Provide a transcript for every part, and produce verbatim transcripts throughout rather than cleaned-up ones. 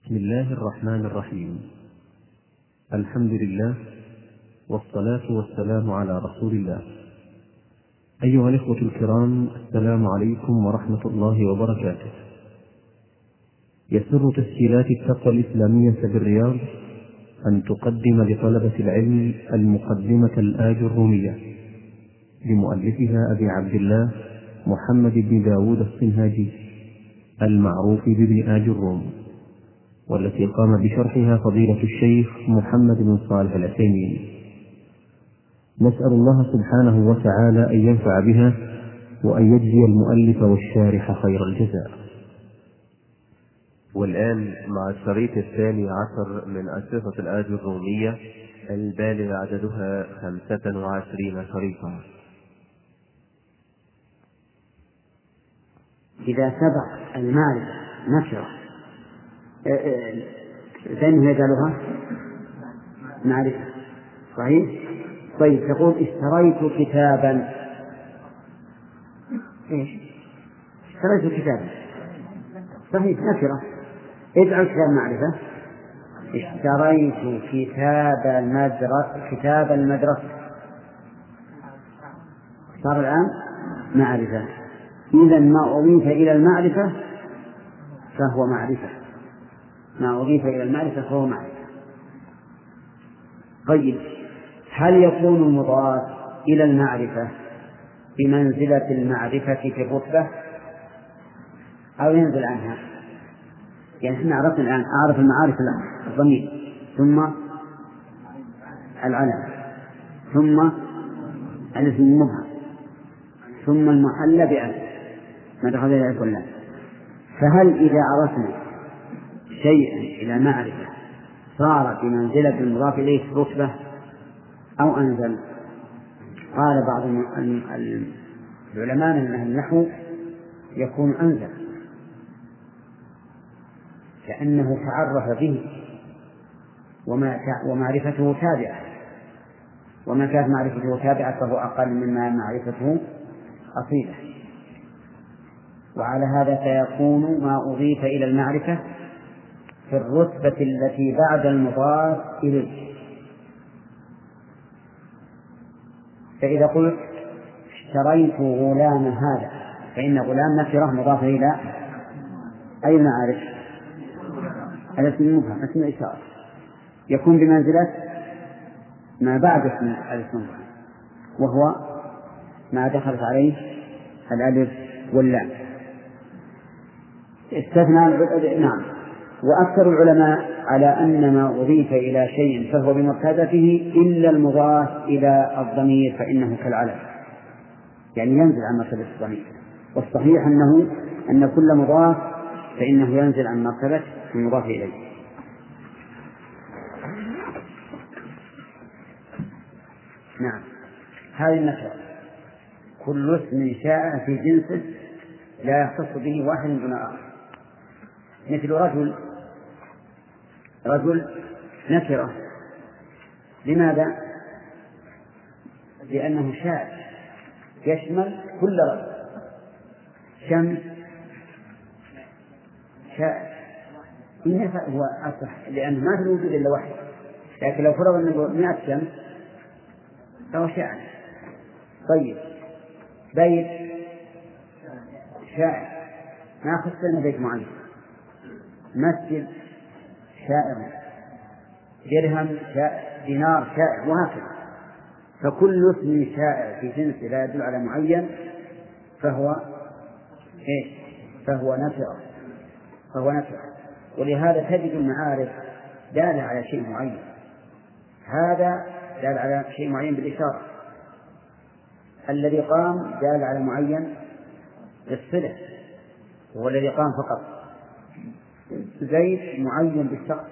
بسم الله الرحمن الرحيم. الحمد لله والصلاة والسلام على رسول الله. أيها الإخوة الكرام، السلام عليكم ورحمة الله وبركاته. يسر تسجيلات التقوى الإسلامية بالرياض أن تقدم لطلبة العلم المقدمة الآجرومية لمؤلفها أبي عبد الله محمد بن داود الصنهاجي المعروف بابن آجروم، والتي قام بشرحها فضيلة الشيخ محمد بن صالح العثيمين. نسأل الله سبحانه وتعالى أن ينفع بها وأن يجزي المؤلف والشارح خير الجزاء. والآن مع الشريط الثاني عشر من أشرطة الآجرومية البالغ عددها خمسة وعشرين شريطا. إذا سبق المعرفة نكرة فإنه يجعلها معرفة. صحيح؟ طيب، تقول اشتريت كتابا. ايش؟ اشتريت كتابا، صحيح، نكرة. اجعل كتاب معرفة. اشتريت كتاب المدرسة كتاب المدرسة صار الآن معرفة. إذن ما أضيف إلى المعرفة فهو معرفة، ما أضيف إلى المعرفة فهو معرفة. طيب، هل يكون المضاف إلى المعرفة بمنزلة المعرفة في الرتبة أو ينزل عنها؟ يعني احنا عرفنا الآن أعرف المعارف الآن الضمير، ثم العلم، ثم الاسم المبهم، ثم المحل بأن، ما دخل إلى كلها. فهل إذا عرفنا شيئا إلى معرفة صار بمنزلة المضاف إليه في الرتبة أو أنزل؟ قال بعض العلماء من أهل النحو يكون أنزل، كأنه تعرف به ومعرفته تابعة، وما كانت معرفته تابعة فهو أقل مما معرفته أصيلة. وعلى هذا فيكون ما أضيف إلى المعرفة في الرتبة التي بعد المضاف إليه. فإذا قلت اشتريت غلام هذا، فإن غلام نكرة مضافة إلى أي المعارف؟ الاسم المبهم، اسم الإشارة، يكون بمنزلة ما بعد اسم الاسم، وهو ما دخلت عليه الألف واللام. استثنى. نعم. وأكثر العلماء على أن ما أضيف إلى شيء فهو بمرتبته إلا المضاف إلى الضمير فإنه كالعلم، يعني ينزل عن مرتبة الضمير. والصحيح أنه أن كل مضاف فإنه ينزل عن مرتبة المضاف إليه. نعم. هذه النكرة كل اسم شاء في جنسه لا يختص به واحد دون آخر. مثل رجل، رجل نكرة. لماذا؟ لأنه شاء يشمل كل رجل. شمس شاء هو أصح، لأنه ما في الوجود إلا واحد، لكن لو فرض أنه مئة شمس فهو شاء. طيب، بيت شاء، ما خصنا بيت معين. مسجد شائع، درهم شائع، دينار شائع، وهكذا. فكل اسم شائع في جنس لا يدل على معين فهو إيه؟ فهو نكرة، فهو نكرة. ولهذا تجد المعارف دالة على شيء معين، هذا دال على شيء معين بالإشارة، الذي قام دال على معين بالصلة، هو الذي قام فقط. زيد معين بالشخص،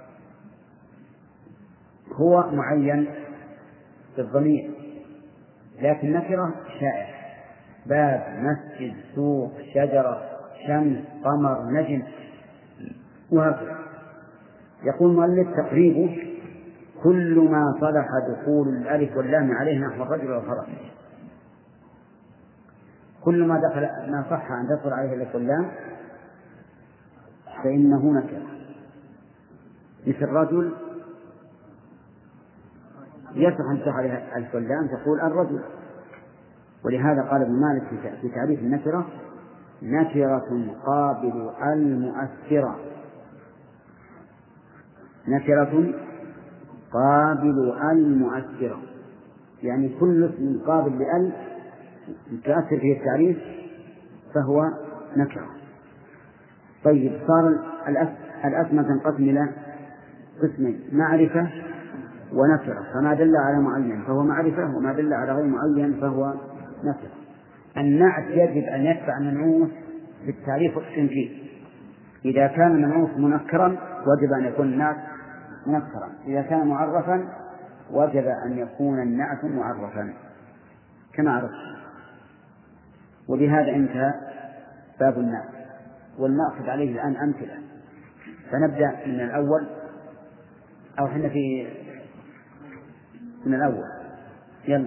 هو معين بالضمير، لكن نكرة شائع. باب، مسجد، سوق، شجرة، شمس، قمر، نجم، وهكذا. يقول المؤلف تقريبه كل ما صلح دخول الألف واللام عليه نحو الرجل والفرس. كل ما دخل ما صح أن تدخل عليه الألف واللام فإنه نكرة. مثل رجل يصح أن تدخل عليها ألف واللام تقول الرجل. ولهذا قال ابن مالك في تعريف النكرة: نكرة قابل المؤثرة. نكرة قابل المؤثرة، يعني كل اسم قابل لأل تؤثر فيه التعريف فهو نكرة. طيب، صار الأسماء تنقسم إلى قسمين: معرفة ونكرة. فما دل على معين فهو معرفة، وما دل على غير معين فهو نكرة. النعت يجب أن يتبع المنعوت في التعريف والتنكير. إذا كان المنعوت منكرا وجب أن يكون النعت منكرا، إذا كان معرفا وجب أن يكون النعت معرفا كما عرفت. وبهذا انتهى باب النعت، والمأخذ عليه الآن أمثلة. فنبدأ من الأول، أو حنا في من الأول. يلا.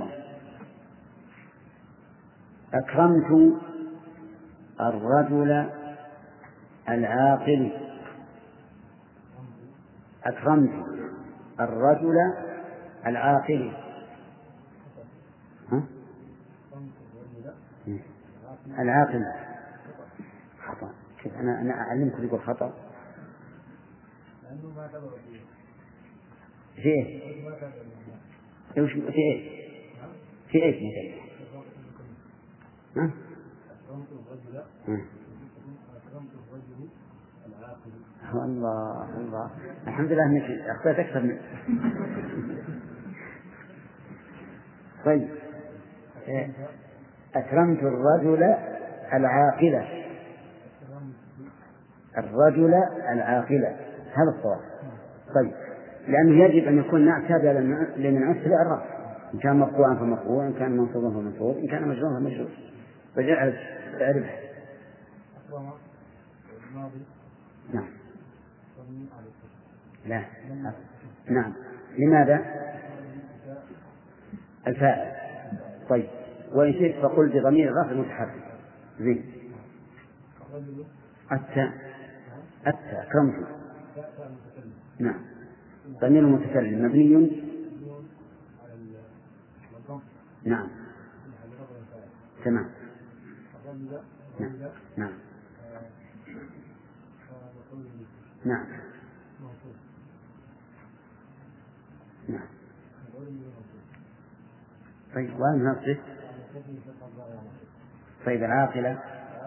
أكرمت الرجل العاقل. أكرمت الرجل العاقل. ها؟ العاقل خطأ. كيف أنا أنا أعلمكم يقول خطأ؟ في إيه؟ إيش في إيه؟ في إيش مثلا؟ ها؟ الله الله، الحمد لله انك اخطأت اكثر من. طيب، اكرمت الرجل العاقلة. الرجل العاقلة هذا الصواب. طيب، لأنه يجب أن يكون نعت تابع لمنعوت في الإعراب، إن كان مرفوعا فمرفوع، إن كان منصوبا فمنصوب، إن كان مجرورا فمجرور. فجعل تعرفه. نعم. لا. نعم. لماذا؟ الفاعل. طيب، وإن شئت فقل بضمير الرفع المتحرك. زين. التاء. التاء أكرمت. نعم. ضمير المتكلم مبني. نعم. تمام. نعم. نعم. نعم. نعم. طيب، وين نصف؟ طيب، العاقلة.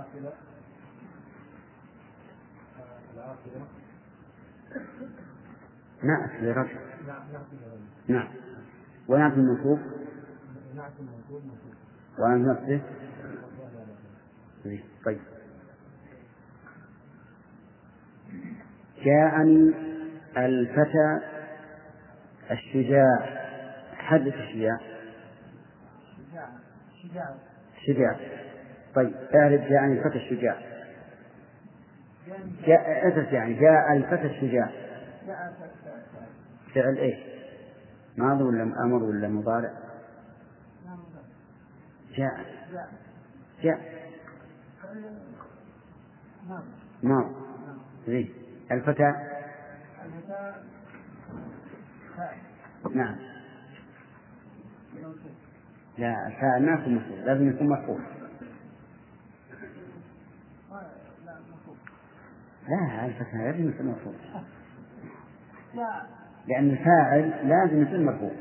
نعت لرجل. نعم. ونعت المنصوب. وين نصف؟ طيب، جاءني الفتى الشجاع. حدث الشجاع. شجاع. طيب، اعرف جاءني الفتى الشجاع. جاء أسف يعني جاء الفتى الشجاع. فعل إيه؟ ماضي ولا أمر ولا مضارع؟ جاء. جاء. ماضي. زين. الفتى. نعم. لا، الفاعل ما يكون مفعول، لازم يكون مفعول. لا، الفتى لازم يكون مفعول، لأن الفاعل لازم يكون مفعول.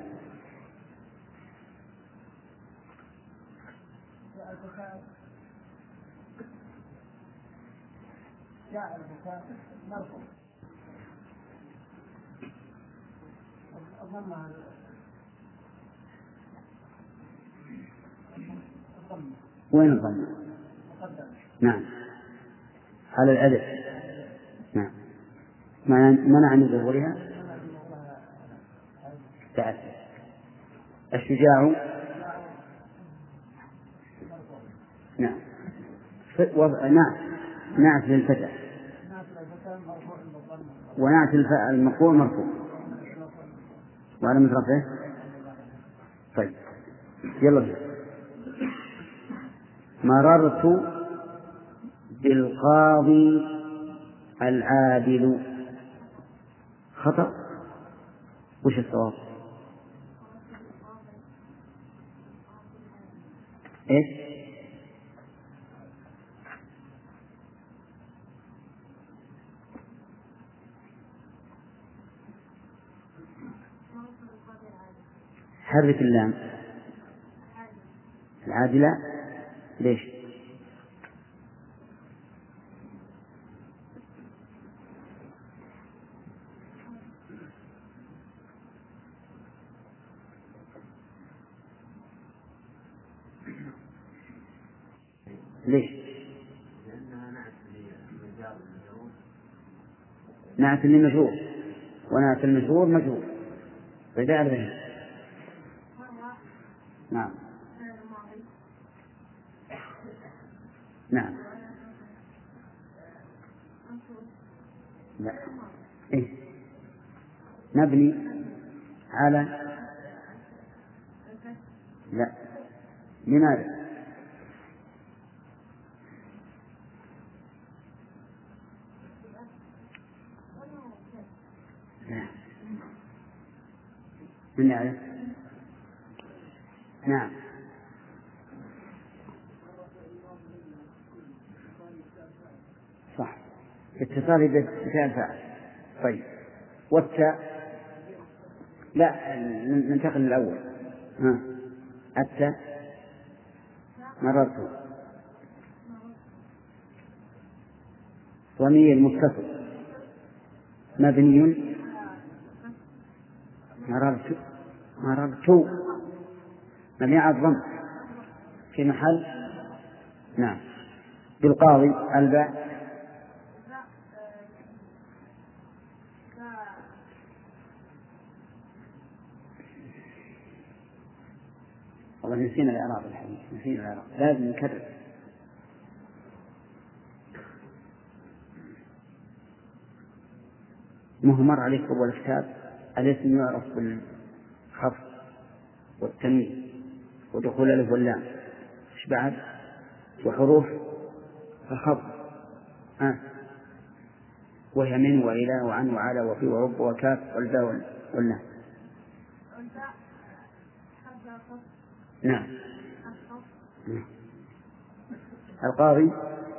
وين الضمة؟ نعم، على الألف. نعم. منع من ظهورها تعسف. الشجاع. نعم. وضع نعت. نعت للفتى. ونعت المرفوع مرفوع وعلى رفعه. طيب، يلا بينا. مررت بالقاضي العادل. خطأ. وش الصواب؟ إيش؟ حرك اللام العادلة. ليش؟ ليش؟ نعت للمجرور، ونعت المجرور مجرور فجاء به. نعم نعم. لا. إيه؟ نبني على. لا. لماذا؟ لا. من يعرف؟ نعم. صح، اتصالي بفعل فاعل. طيب، والتاء. لا، ننتقل للأول. ها، التاء مررت. ضمير متصل مبني. مررت مررت مبني على الضم في محل. نعم. بالقاضي الباء. والله نسينا الإعراب الحين، نسينا الإعراب، لازم نكرر. مه مر عليك أول الكتاب الاسم يعرف بالخفض والتنوين ودخول الألف واللام. إيش بعد؟ وحروف الخفض. ها، وهي من وإلى وعن وعلى وفي ورب وكاف والباء واللام. نعم. القاضي.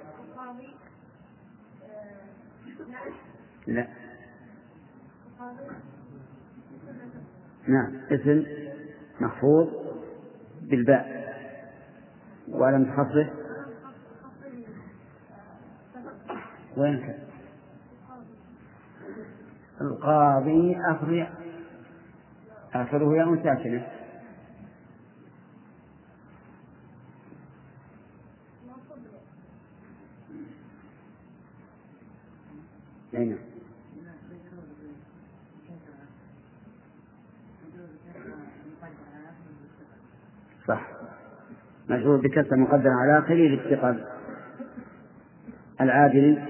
لا. نعم، اسم محفوظ بالباء ولم تخصصه. وين كان؟ القاضي آخر آخره ياء ساكنة. أين؟ صح، مجرور بكسر مقدر على آخره للاتصال. العادل.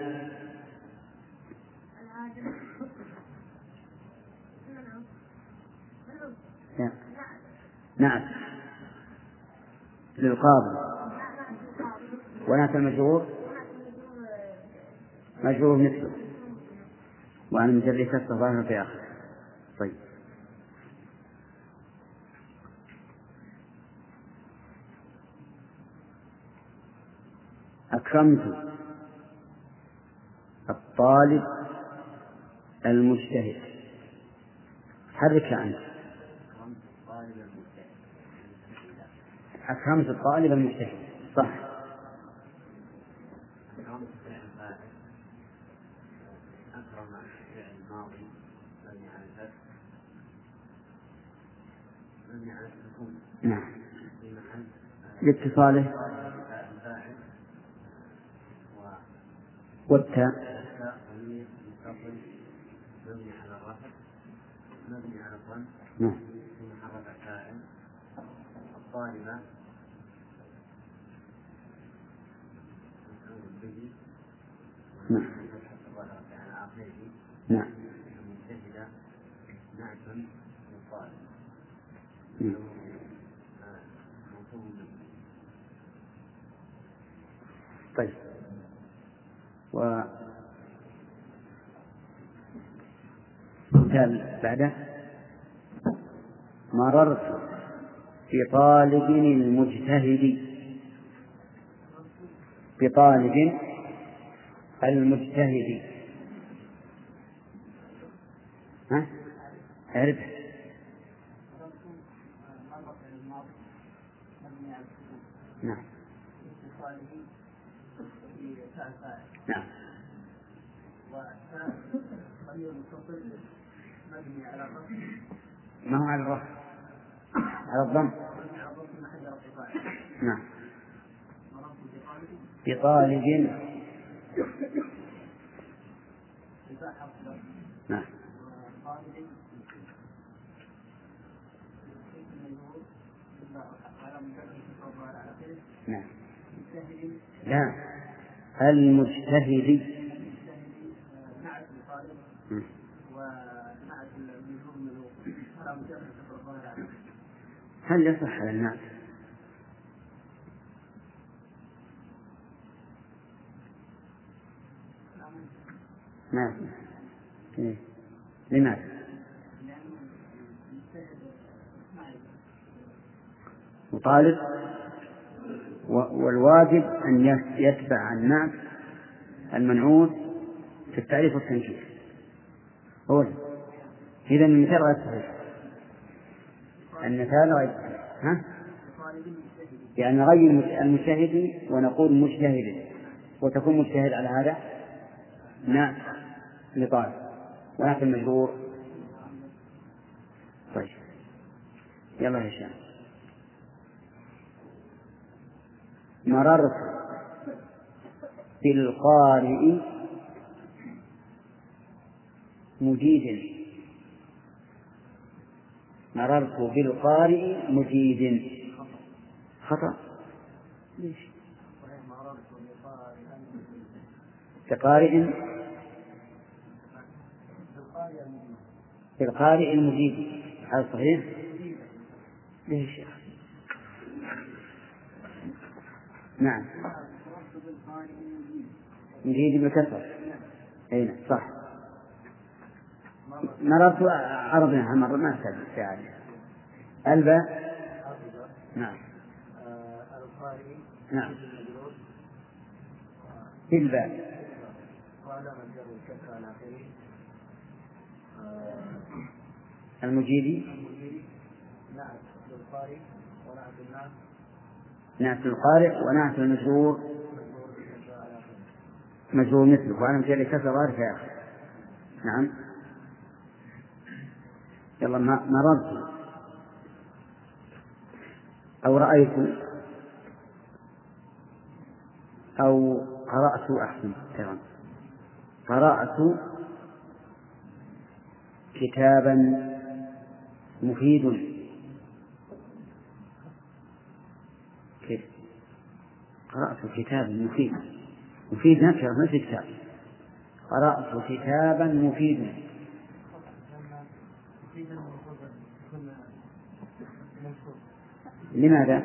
نعم، للقاضي. ونعت المجرور مجرور مثله، وعن مجرد كسر ظاهر في آخر. طيب، أكرمت الطالب المجتهد. حرك عنه. أكرمت الطالب المجتهد. صح. نعم، لاتصاله. والتاء نعم. الطالبة نعم. نعم. المجتهدة نعت للطالب. طيب، و المثال بعده: مررت بطالب المجتهد. بطالب المجتهد. ها؟ أعرف. نعم. نعم. ما هو على الرفع، على الضم. نعم. بطالب. نعم. نعم. لا، المجتهد. هل يصح على الناس؟ ما إيه؟ لماذا؟ مطالب، والواجب أن يتبع الناس المنعوت في التعريف والتنكير. هو إذا المثال غير صحيح. المثال غير صحيح. ها؟ يعني نغير المجتهد ونقول مجتهد، وتكون مجتهد على هذا نعم لطالب، ونحن المجرور. طيب يلا يا هشام. مررت بالقارئ مجيد. مررت بالقارئ مجيد. خطأ. ليش؟ بقارئ بالقارئ المجيد. هذا صحيح؟ ليش يا أخي؟ نعم. مجيد بالكسر. أين صح. مررت عرضنا مرة ما سأل الباء. نعم. نعم. الباء. المجيد نعت القارئ ونعت المجرور مجرور مثله، وأنا مجرد كسر غير في آخر. نعم. يلا. مررت أو رأيت أو قرأت. أحسن تمام. قرأت كتابا مفيد. كيف؟ قرأت كتابا مفيد. مفيد نفسه نفس كتاب. قرأت كتابا مفيدا. لماذا؟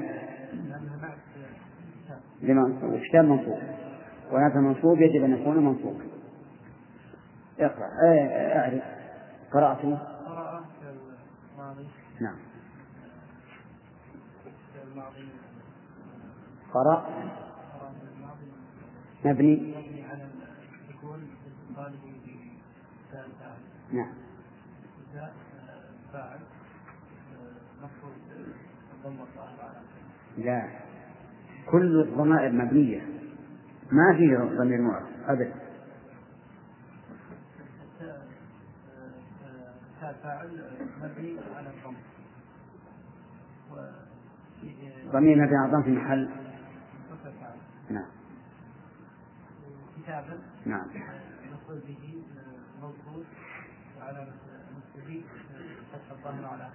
لما كتاب منصوب، وهذا منصوب يجب أن يكون منصوبا. اقرأ. أعرف. قرأت. نعم. قرأ مبني. نعم. لا، كل الضمائر مبنية، ما فيه ضمير معرض أبدا. ضمير مبني على الضم في محل. نعم. كتابا. نعم. مفعول به موصول وعلى مفعول فتح الظاهر على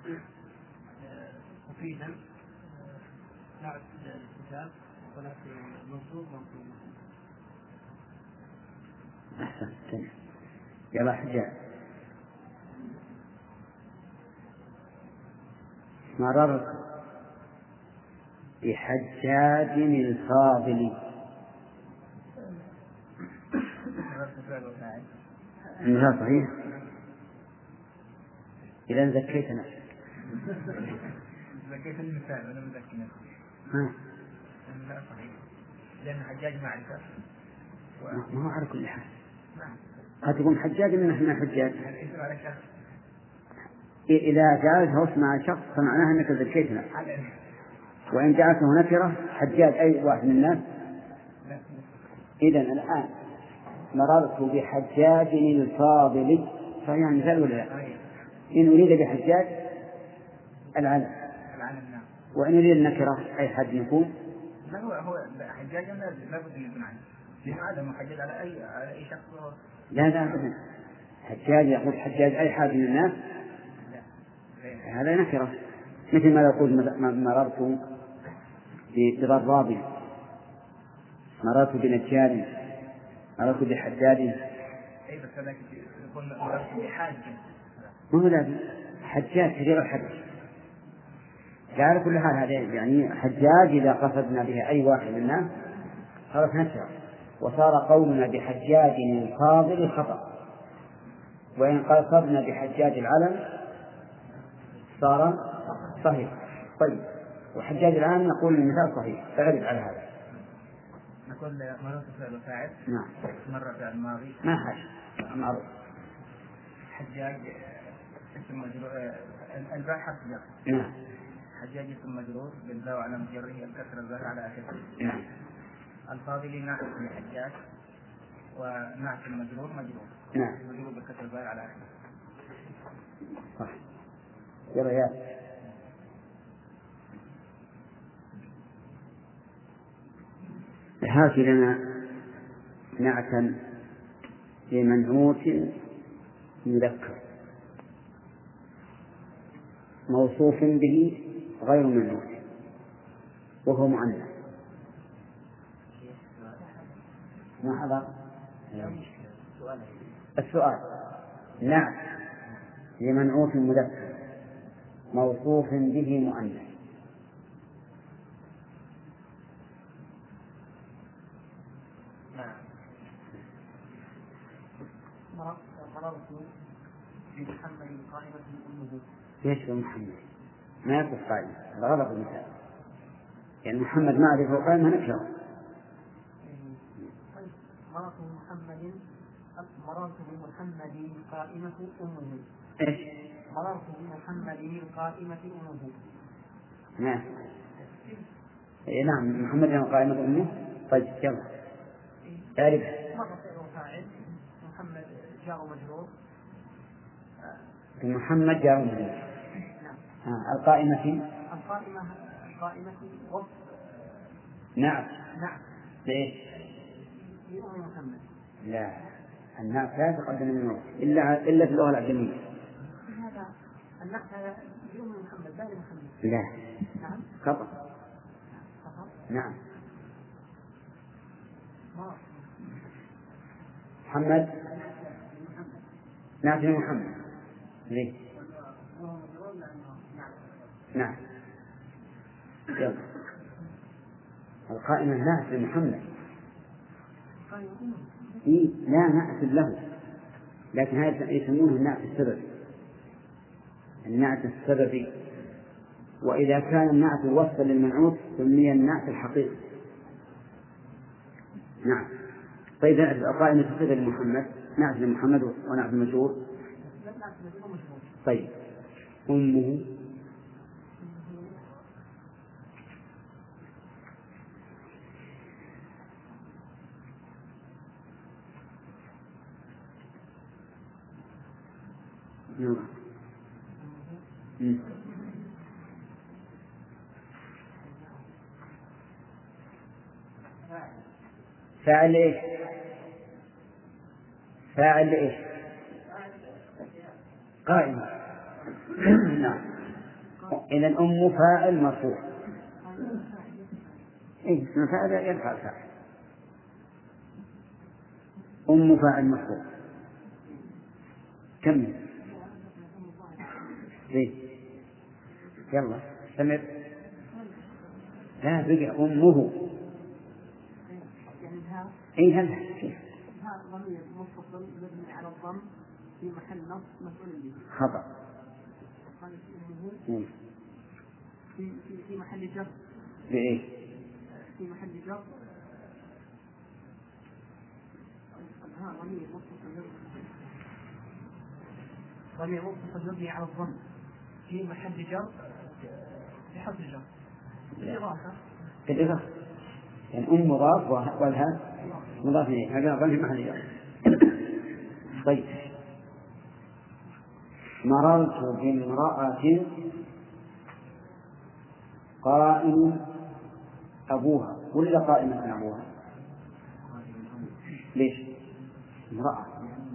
مفيدا نعت الكتاب ونعت المنصوب منصوب. أحسنت. يلا حجاج. مررت بحجاج الفاضل. المثال صحيح. إذا زكيت نفسك. زكيت المثال أنا مزكي نفسي. ها. لا صحيح. لأن حجاج معرفة. ما هو على كل حال. قد يكون حجاج من نحن حجاج. إذا جعلته اسم شخص فمعناها أنك زكيت نفسك. وإن جعلته نكرة حجاج أي واحد من الناس. إذن الآن مررت بحجاج الفاضل فهي مثال ولا لا؟ إن أريد بحجاج العلم وإن أريد النكرة أي حد يكون. لا هو هو حجاج لا بد أن يكون عنه لهذا محجج على أي على أي شخص. لا لا أبدا حجاج يقول حجاج أي حد من الناس هذا نكرة مثل ما يقول مررت بضراب مررت بنجار مررت بحجاج. أي بس هذا يكون مررت بحاج. ما هو لازم حجاج كثير الحج. على كل حال هذا يعني حجاج إذا قصدنا بها أي واحد من الناس صارت نكرة وصار قولنا بحجاج الفاضل خطأ. وإن قصدنا بحجاج العلم صار صحيح. طيب وحجاج العلم نقول المثال صحيح فأعرف على هذا. نقول مرة فعل وفاعل. نعم. مرة فعل ماضي. ما حاجة معروف. حجاج اسم مجرور الباء حرف جر. نعم. حجاج اسم مجرور بالباء على مجره الكسر الظاهر على آخره. نعم. الفاضل ناعت لحجاج وناعت المجرور مجرور. نعم. مجرور بالكسر الظاهر على آخره. صح. يلا يا هات لنا نعتا لمنعوت مذكر موصوف به غير منعوت وهو مؤنث. ما حضر السؤال. نعت لمنعوت مذكر موصوف به مؤنث. مررت بمحمد قائمة أمه. ليش محمد؟ ما يصف قائمة هذا غلط المثال يعني محمد معرفة قائمة نكرة. مررت بمحمد مررت بمحمد قائمة أمه. إيش؟ مررت بمحمد قائمة أمه. نعم. إيه نعم محمد قائمة أمه. طيب يلا تعرف. مرة فاعل محمد جار مجرور. محمد جار مجرور. نعم. القائمة القائمة القائمة وصف. نعم. نعم. ليش؟ لأم محمد. لا النعت لا يتقدم من الوصف إلا إلا في اللغة العجمية. هذا النعت لأم محمد لا لمحمد. لا. نعم. خطأ. خطأ. نعم. محمد نعت محمد. ليه؟ نعم. يلا. القائمة نعت محمد. إيه لا نعت له لكن هذا يسمونه النعت السببي. النعت السببي وإذا كان النعت وصفا للمنعوت سمي النعت الحقيقي. نعم. طيب القائمة الصفة لمحمد نعت لمحمد ونعت المجرور. طيب أمه نعم. فاعل ايش؟ فاعل ايش؟ قائمة. نعم. إذا أم فاعل مرفوع. إيه اسم فاعل يرفع فاعل. أم فاعل مرفوع. كمل. زين. يلا استمر. لا بقي أمه. أي هذا ضمير متصل مبني على الضم في محل نصب مفعول به. خطأ. في في في محل جر. بإيش؟ في محل جر. ها ضمير متصل ضمير متصل مبني على الضم في محل جر بحرف جر. بالإضافة. بالإضافة. يعني أم مضاف والها مضاف إليه هذا ضمير محل جر. طيب مررت بامرأة قائم أبوها ولا قائمة أبوها؟ ليش؟ امرأة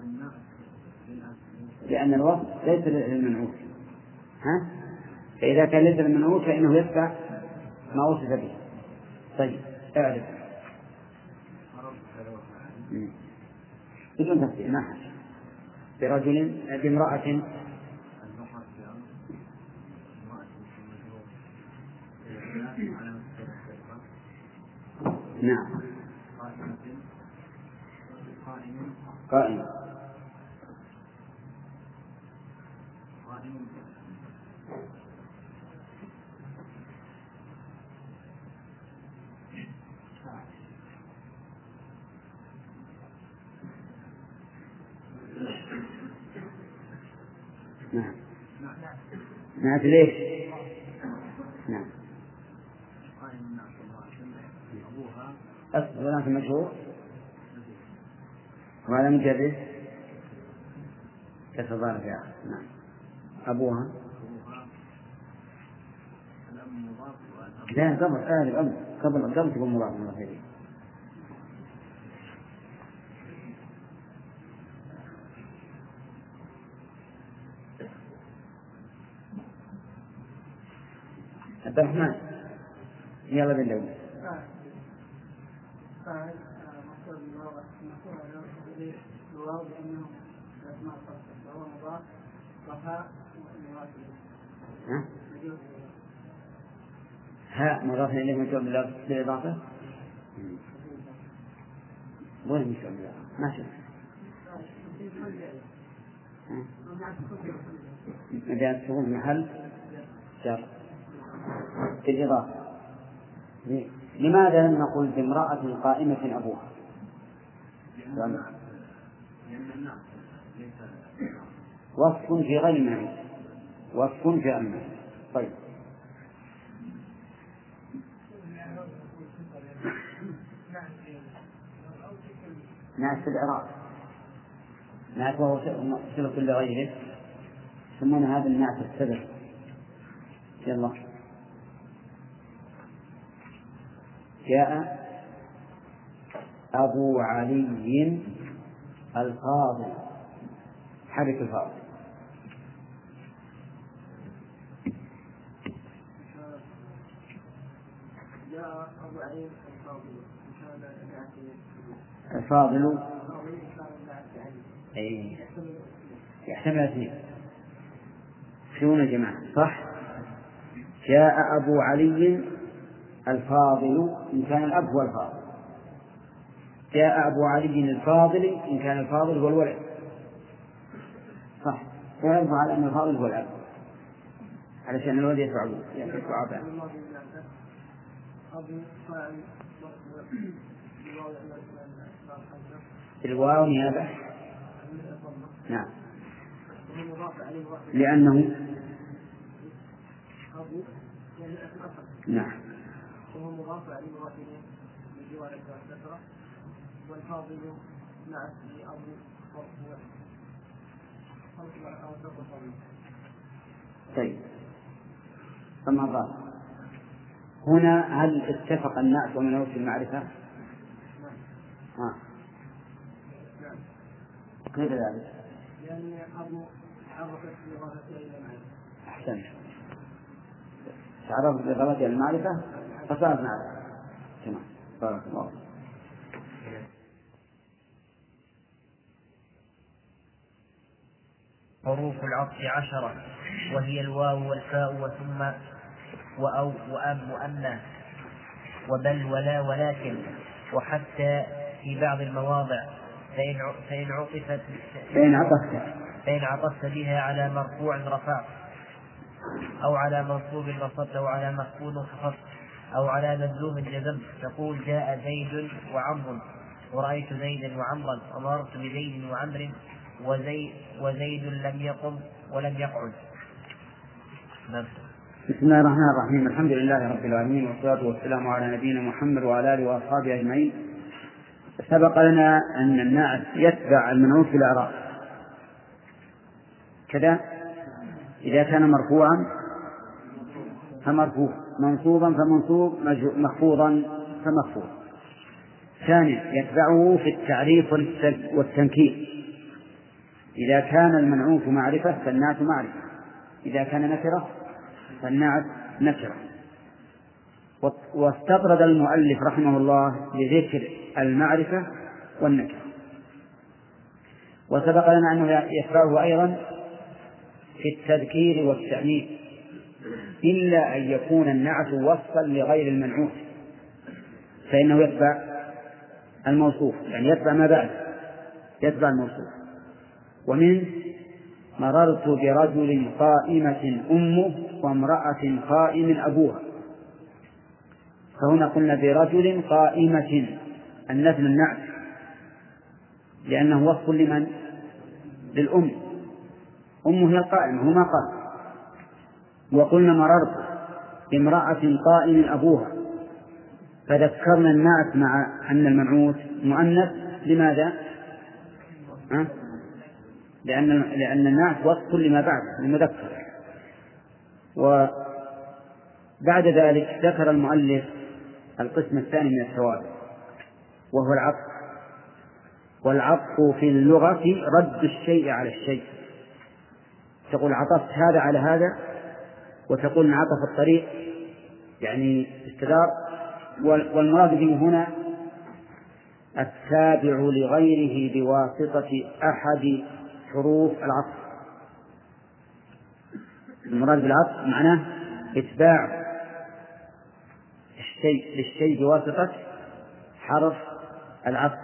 لأن الوصف ليس للمنعوت. ها؟ فإذا كان ليس للمنعوت فإنه يتبع ما وصف به. طيب اعرف بدون تفسير ما حاجة برجل بامرأة نعم قائم نعم نعم ليش؟ نعم أصل ولا في مشهور وعلى مجرد كالصدارة في آخر. نعم أبوها لا قبل آل الأمر قبل قبل تكون مضاف مضاف إليه. عبد الرحمن يلا بالله. ها مضاف إليه مجرد بالإضافة وين مجرد بالإضافة ما شفت مجال شغل محل جر بالإضافة. لماذا لم نقل بامرأة قائمة أبوها؟ وصف في غير المعنى وصف في أمه. طيب نعت في الإعراب نعت وهو صفة لغيره ثم هذا النعت السبب. يلا جاء أبو علي الفاضل حرك الفاضل. جاء أبو علي الفاضل الفاضل أي يحتمل اثنين شلون يا جماعة صح؟ جاء أبو علي الفاضل إن كان الأب هو الفاضل. جاء أبو علي الفاضل إن كان الفاضل هو الولد صح. ويعرف على أن الفاضل هو الأب علشان الولد يدفع يدفع أباه. الواو نيابة نعم لأنه نعم وهو مضاف عليه مضاف إليه من جوار الكسرة والفاضل مع اسم أبو طيب ثم قال هنا هل اتفق النعت ومنعوت في المعرفة؟ ها كيف ذلك؟ لأن أبو عرفت بإضافته إلى المعرفة. أحسنت تعرفت بإضافته إلى المعرفة فصارت معرفة. تمام بارك الله. حروف العطف عشرة وهي الواو والفاء وثم وأو وأم وأما وبل ولا ولكن وحتى في بعض المواضع فإن فإن عطفت فإن عطفت فإن عطفت بها على مرفوع رفعت أو على منصوب نصبت أو على مخفوض خفضت أو على مجزوم جزمت. تقول جاء زيد وعمر ورأيت زيدا وعمرا ومررت بزيد وعمر وزي وزيد لم يقم ولم يقعد. بسم الله الرحمن الرحيم. الحمد لله رب العالمين والصلاة والسلام على نبينا محمد وعلى آله وأصحابه أجمعين. سبق لنا أن النعت يتبع المنعوت في الإعراب كذا، إذا كان مرفوعا فمرفوع، منصوبا فمنصوب، مخفوضا فمخفوض. ثانيا يتبعه في التعريف والتنكير. إذا كان المنعوت معرفة فالنعت معرفة، إذا كان نكرة فالنعت نكرة. واستطرد المؤلف رحمه الله لذكر المعرفة والنكرة. وسبق لنا أنه يتبعه أيضا في التذكير والتأنيث، إلا أن يكون النعت وصفا لغير المنعوت فإنه يتبع الموصوف، يعني يتبع ما بعد، يتبع الموصوف. ومن مررت برجل قائمة أمه وامرأة قائم أبوها، فهنا قلنا برجل قائمة النفي النعت لأنه وصف لمن؟ للأم، أمه هي القائمة هو ما قال. وقلنا مررت بامرأة قائم أبوها، فذكرنا النعت مع أن المنعوت مؤنث. لماذا؟ أه؟ لأن لأن النعت وصف لما بعد المذكر. وبعد ذلك ذكر المؤلف القسم الثاني من الثوابت وهو العطف. والعطف في اللغة رد الشيء على الشيء. تقول عطفت هذا على هذا، وتقول انعطف الطريق يعني استدار. والمراد به هنا التابع لغيره بواسطة أحد حروف العطف. المراد بالعطف معناه إتباع الشيء للشيء بواسطة حرف العطف.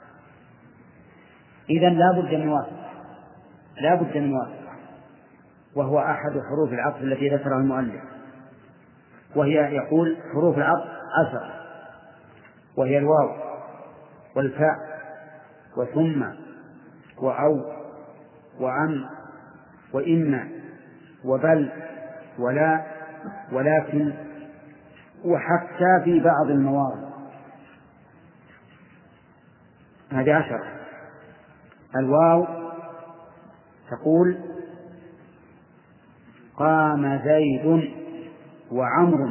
إذن لا بد من واسطة، لا بد من واسطة، وهو أحد حروف العطف التي ذكرها المؤلف، وهي يقول حروف العطف عشر، وهي الواو والفاء وثم وأو وعم وإما وبل ولا ولكن وحتى في بعض المواضع. هذه عشرة. الواو تقول قام زيد وعمر،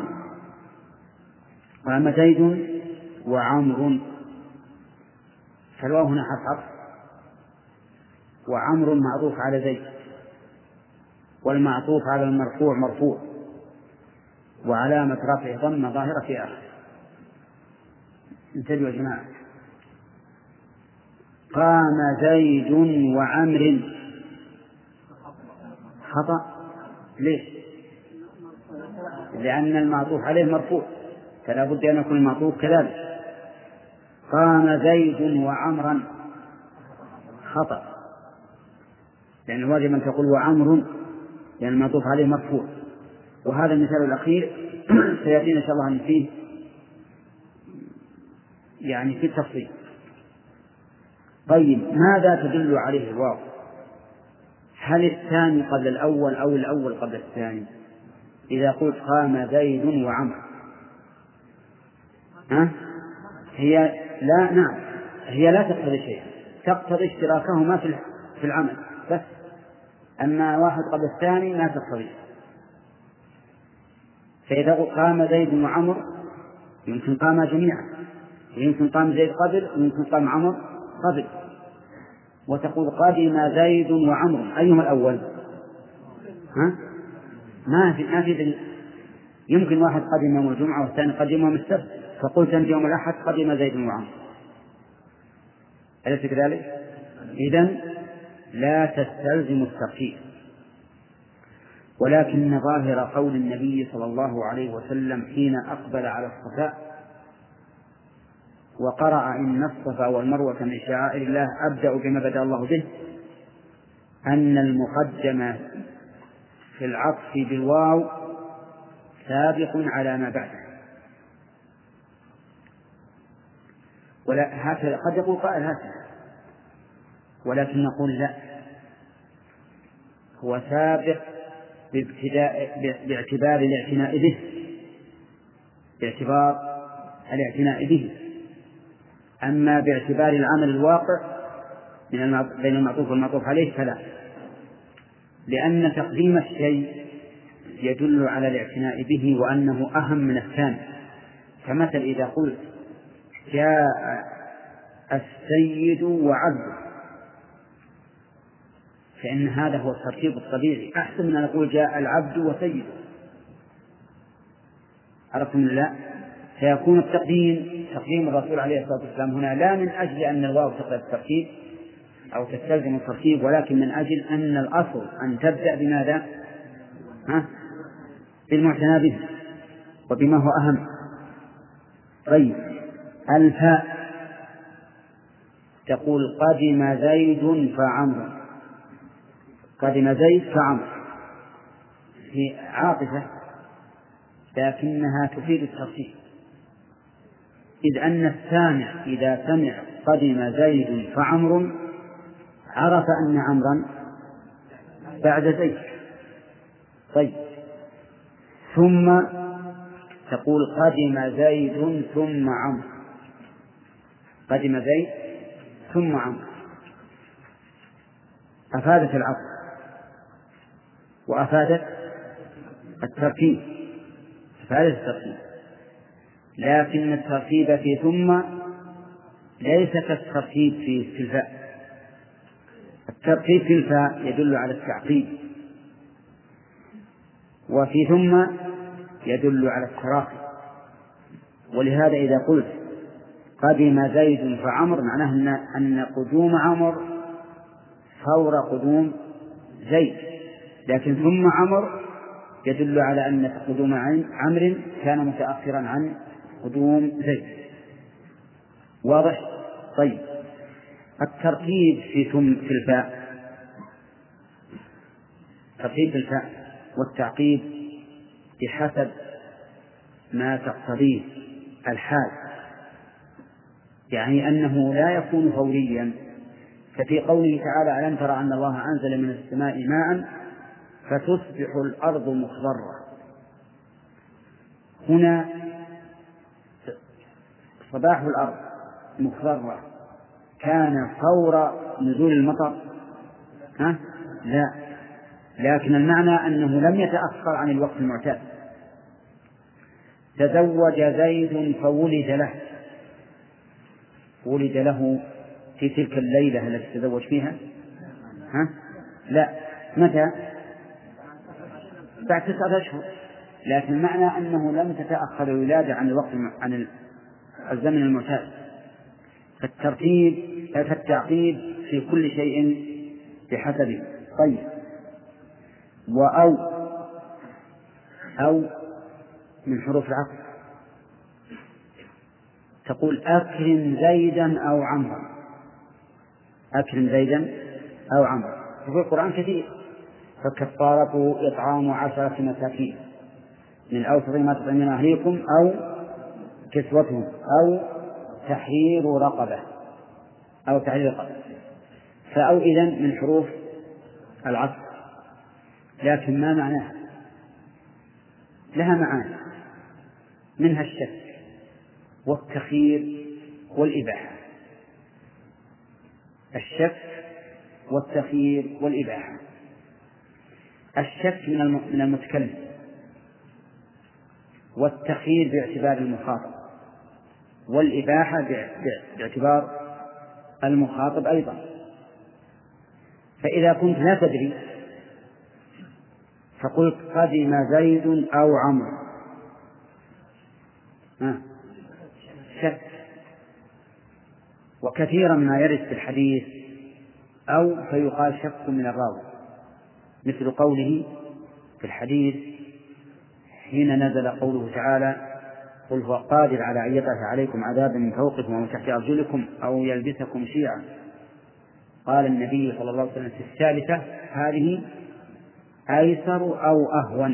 قام زيد وعمر، فالواو هنا حرف عطف، وعمر معطوف على زيد، والمعطوف على المرفوع مرفوع، وعلامة رفعه ضمة ظاهرة في آخر. انتبهوا يا جماعة. قام زيد وعمر خطأ. ليش؟ لأن المعطوف عليه مرفوع، فلا بد أن يكون المعطوف كذلك. قام زيد وعمرا خطأ، لأن واجب أن تقول وعمر لأن المعطوف عليه مرفوع. وهذا المثال الأخير سيأتينا إن شاء الله أن فيه يعني في التفصيل. طيب ماذا تدل عليه الواو؟ هل الثاني قبل الأول أو الأول قبل الثاني؟ إذا قلت قام زيد وعمر ها؟ هي لا نعم هي لا تقتضي شيء، تقتضي اشتراكهما في العمل بس، أما واحد قبل الثاني ما تقتضي. فإذا قام زيد وعمر يمكن قام جميعا، يمكن قام زيد قبل ويمكن قام عمر قبل. وتقول قدم زيد وعمر، أيهما الأول؟ ها؟ ما في ما في يمكن واحد قدم يوم الجمعة والثاني قدم يوم السبت، فقلت أنت يوم الأحد قدم زيد وعمر، أليس كذلك؟ إذن لا تستلزم الترتيب. ولكن ظاهر قول النبي صلى الله عليه وسلم حين أقبل على الصفاء وقرأ إن الصفا والمروة من شعائر الله أبدأ بما بدأ الله به، أن المقدم في العطف بالواو سابق على ما بعده. ولا هكذا قد يقول قائل هكذا، ولكن نقول لا، هو سابق بابتداء باعتبار الاعتناء به، باعتبار الاعتناء به. أما باعتبار العمل الواقع من بين المعطوف والمعطوف عليه فلا، لأن تقديم الشيء يدل على الاعتناء به وأنه أهم من الثاني. كمثل إذا قلت جاء السيد وعبده، فإن هذا هو الترتيب الطبيعي، أحسن من أن نقول جاء العبد وسيده. عرفتم لا؟ فيكون التقديم تقديم الرسول عليه الصلاة والسلام هنا لا من أجل أن الواو تقتضي الترتيب أو تستلزم الترتيب، ولكن من أجل أن الأصل أن تبدأ بماذا؟ ها؟ بالمعتنى به وبما هو أهم. طيب الفاء تقول قدم زيد فعمر، قدم زيد فعمر هي عاطفة لكنها تفيد الترتيب، إذ أن السامع إذا سمع قدم زيد فعمر عرف أن عمرا بعد زيد. طيب ثم تقول قدم زيد ثم عمرو، قدم زيد ثم عمرو، أفادت العطف وأفادت الترتيب، أفادت الترتيب، لكن الترتيب في ثم ليس كالترتيب في الفاء. الترتيب في الفاء يدل على التعقيب، وفي ثم يدل على التراخي. ولهذا إذا قلت قدم زيد فعمر معناه أن قدوم عمر فور قدوم زيد، لكن ثم عمر يدل على أن قدوم عمرو كان متأخرا عن قدوم زيد. واضح؟ طيب الترتيب في ثم في الفاء، ترتيب الفاء والتعقيب بحسب ما تقتضيه الحال، يعني أنه لا يكون فوريا، ففي قوله تعالى ألم تر أن الله أنزل من السماء ماء فتصبح الأرض مخضرة، هنا صباح الأرض مخضرة كان فور نزول المطر؟ ها؟ لا، لكن المعنى أنه لم يتأخر عن الوقت المعتاد. تزوج زيد فولد له، ولد له في تلك الليلة التي تزوج فيها؟ ها؟ لا، متى؟ بعد تسعة أشهر، لكن المعنى أنه لم تتأخر الولادة عن الوقت عن الزمن المعتاد. فالترتيب فالتعقيب في كل شيء بحسبه. طيب وأو أو من حروف العطف تقول أكرم زيدا أو عمرا، أكرم زيدا أو عمرا، في القرآن كثير. فكفارته إطعام عشرة مساكين من أوسط ما تطعمون أهليكم أو كسوتهم أو تحرير رقبة أو تحرير رقبة. فأو إذن من حروف العطف، لكن ما معناها؟ لها معاني، منها الشك والتخيير والإباحة. الشك والتخيير والإباحة. الشك من المتكلم، والتخيير باعتبار المخاطب، والإباحة باعتبار المخاطب أيضا. فإذا كنت لا تدري فقلت قدم زيد أو عمرو، شك. وكثيرا ما يرد في الحديث أو فيقال شك من الراوي، مثل قوله في الحديث حين نزل قوله تعالى قل هو قادر على أن يبعث عليكم عذابا من فوقكم ومن تحت أرجلكم أو يلبسكم شيعا، قال النبي صلى الله عليه وسلم في الثالثة هذه أيسر أو أهون.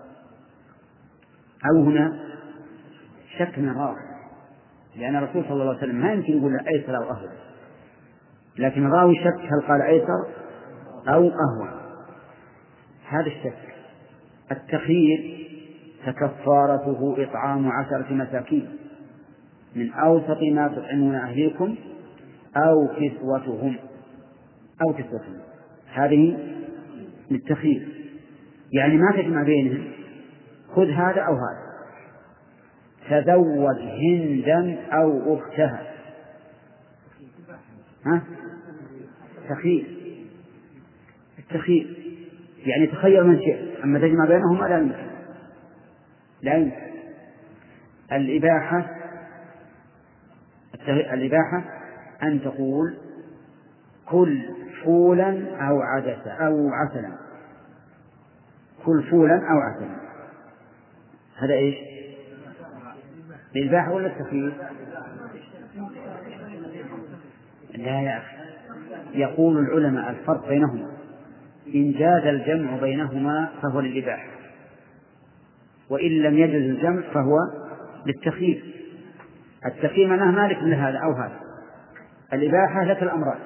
أو هنا شك من الراوي، لأن الرسول صلى الله عليه وسلم ما يمكن يقول أيسر أو أهون، لكن الراوي شك هل قال أيسر أو أهون. هذا الشك. التخيير فكفارته إطعام عشرة مساكين من أوسط ما تطعمون أهليكم أو كسوتهم أو كسوتهم. هذه للتخيير، يعني ما تجمع بينهم، خذ هذا أو هذا. تزوج هندا أو أختها، ها؟ تخيير. التخيير يعني تخير من شئت، أما تجمع بينهما لا يمكن. لا يمكن. الإباحة الإباحة أن تقول كل فولا أو عدسا أو عسلا، كل فولا أو عسلا. هذا إيش؟ الإباحة ولا التخيير؟ لا يا أخي، يقول العلماء الفرق بينهما إن جاز الجمع بينهما فهو للإباحة، وإن لم يجز الجمع فهو للتخيير. التخيير معناه مالك من هذا أو هذا، الإباحة لك الأمران.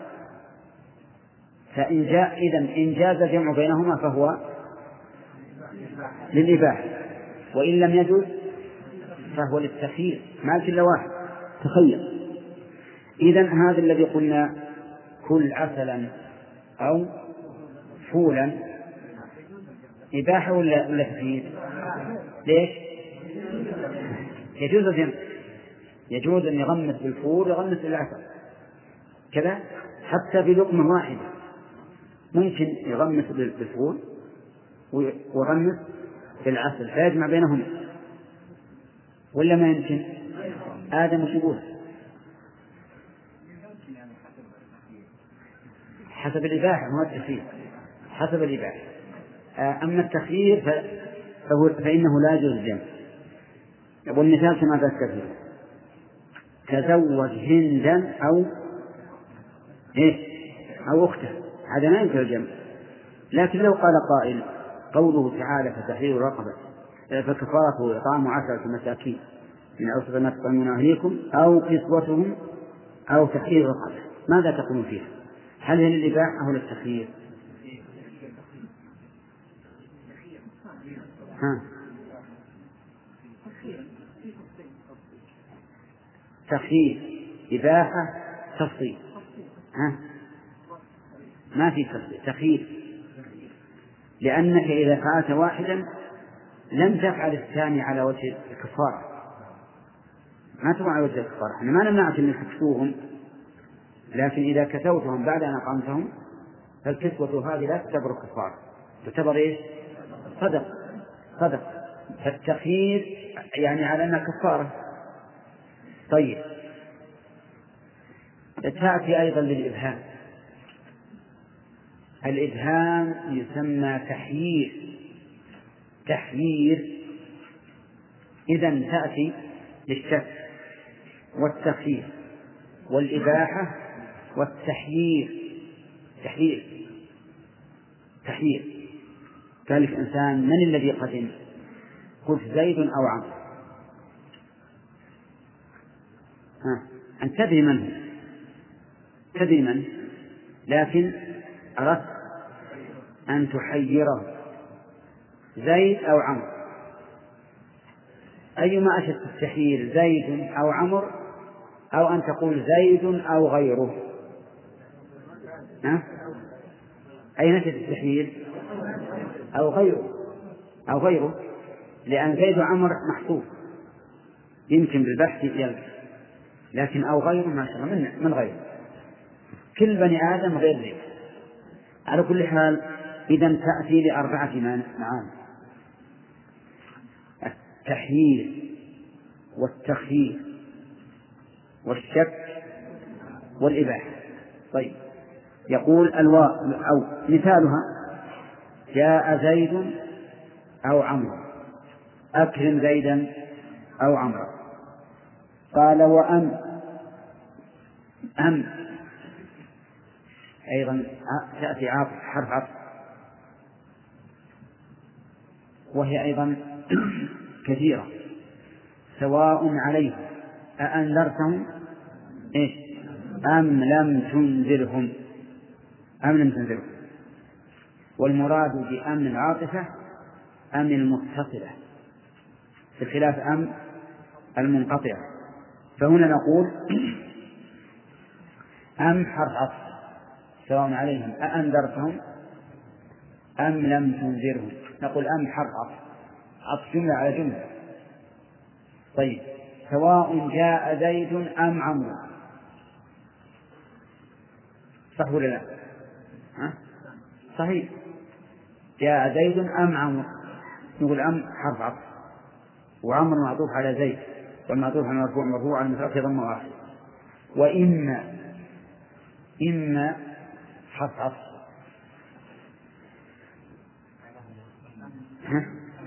فإن جاء إذن إن جاز الجمع بينهما فهو للإباحة، وإن لم يجز فهو للتخيير، مالك إلا واحد تخير. إذن هذا الذي قلنا كل عسلا أو فولا إباحة ولا ولا تخيير؟ ليش؟ يجوز الجمع، يجوز أن يغمس بالفول ويغمس بالعسل كذا، حتى بلقمة واحدة ممكن يغمس بالفول ويغمس بالعسل فيجمع بينهم، ولا ما يمكن؟ آدم وشبوه حسب الإباحة، مو التخيير، حسب الإباحة. أما التخيير فهو فإنه لا يجوز الجمع. والمثال كما ذكرت فيه تزوج هندا أو إيه أو أخته، هذا لا يمكن الجمع. لكن لو قال قائل قوله تعالى فتحرير رقبة فكفارته إطعام عشرة مساكين من أوسط ما تطعمون أهليكم أو كسوتهم أو تحرير رقبة، ماذا تقولون فيها؟ هل هي للإباحة أو للتخيير؟ ها؟ تخيير، إباحة، تفصيل. ها؟ ما في تفصيل، تخيير، لأنك إذا فعلت واحدا لم تفعل الثاني على وجه الكفارة، ما تفعل على وجه الكفارة. احنا ما نمنعك أنك تكسوهم، لكن إذا كسوتهم بعد أن أقمتهم فالكسوة هذه لا تعتبر كفارة، تعتبر إيش؟ صدق صدق. فالتخيير يعني على أنها كفارة. طيب، تأتي أيضا للإبهام. الإبهام يسمى تحيير، تحيير إذن تأتي للشك والتخيير والإباحة والتحيير. تحيير تحيير قال لك إنسان من الذي قدم؟ قلت زيد أو عمرو. ها أنت تدري من هو، تدري من، لكن أردت أن تحيره زيد أو عمرو. أيما أشد التحيير، زيد أو عمرو أو أن تقول زيد أو غيره؟ ها؟ أين أشد التحيير؟ أو غيره، أو غيره، لأن زيد وعمر محسوب يمكن بالبحث يلقى، لكن أو غيره ما شاء الله من, من غيره. كل بني آدم غير زيد. على كل حال إذن تأتي لأربعة معاني: التحيير والتخيير والشك والإباحة. طيب، يقول الواو أو مثالها: جاء زيد أو عمرو، أكرم زيدا أو عمرو. قال وأم، أم أيضا تأتي عاطف، حرف عطف. وهي أيضا كثيرة. سواء عليهم أأنذرتهم إيش أم لم تنذرهم أم لم تنذرهم. والمراد بأمن العاطفة أمن المتصلة بخلاف أم المنقطعة. فهنا نقول أم حرف عطف سواء عليهم أأنذرتهم أم لم تنذرهم. نقول أم حرف عطف عطف جملة على جملة. طيب سواء جاء زيد أم عمرو صح ولا لا؟ ها؟ صحيح. جاء زيد أم عمرو نقول أم حرف عطف وعمرو معطوف على زيد والمعطوف على مرفوع مرفوع على المتأخر ضم واحد. وإما إما حرف عطف ها؟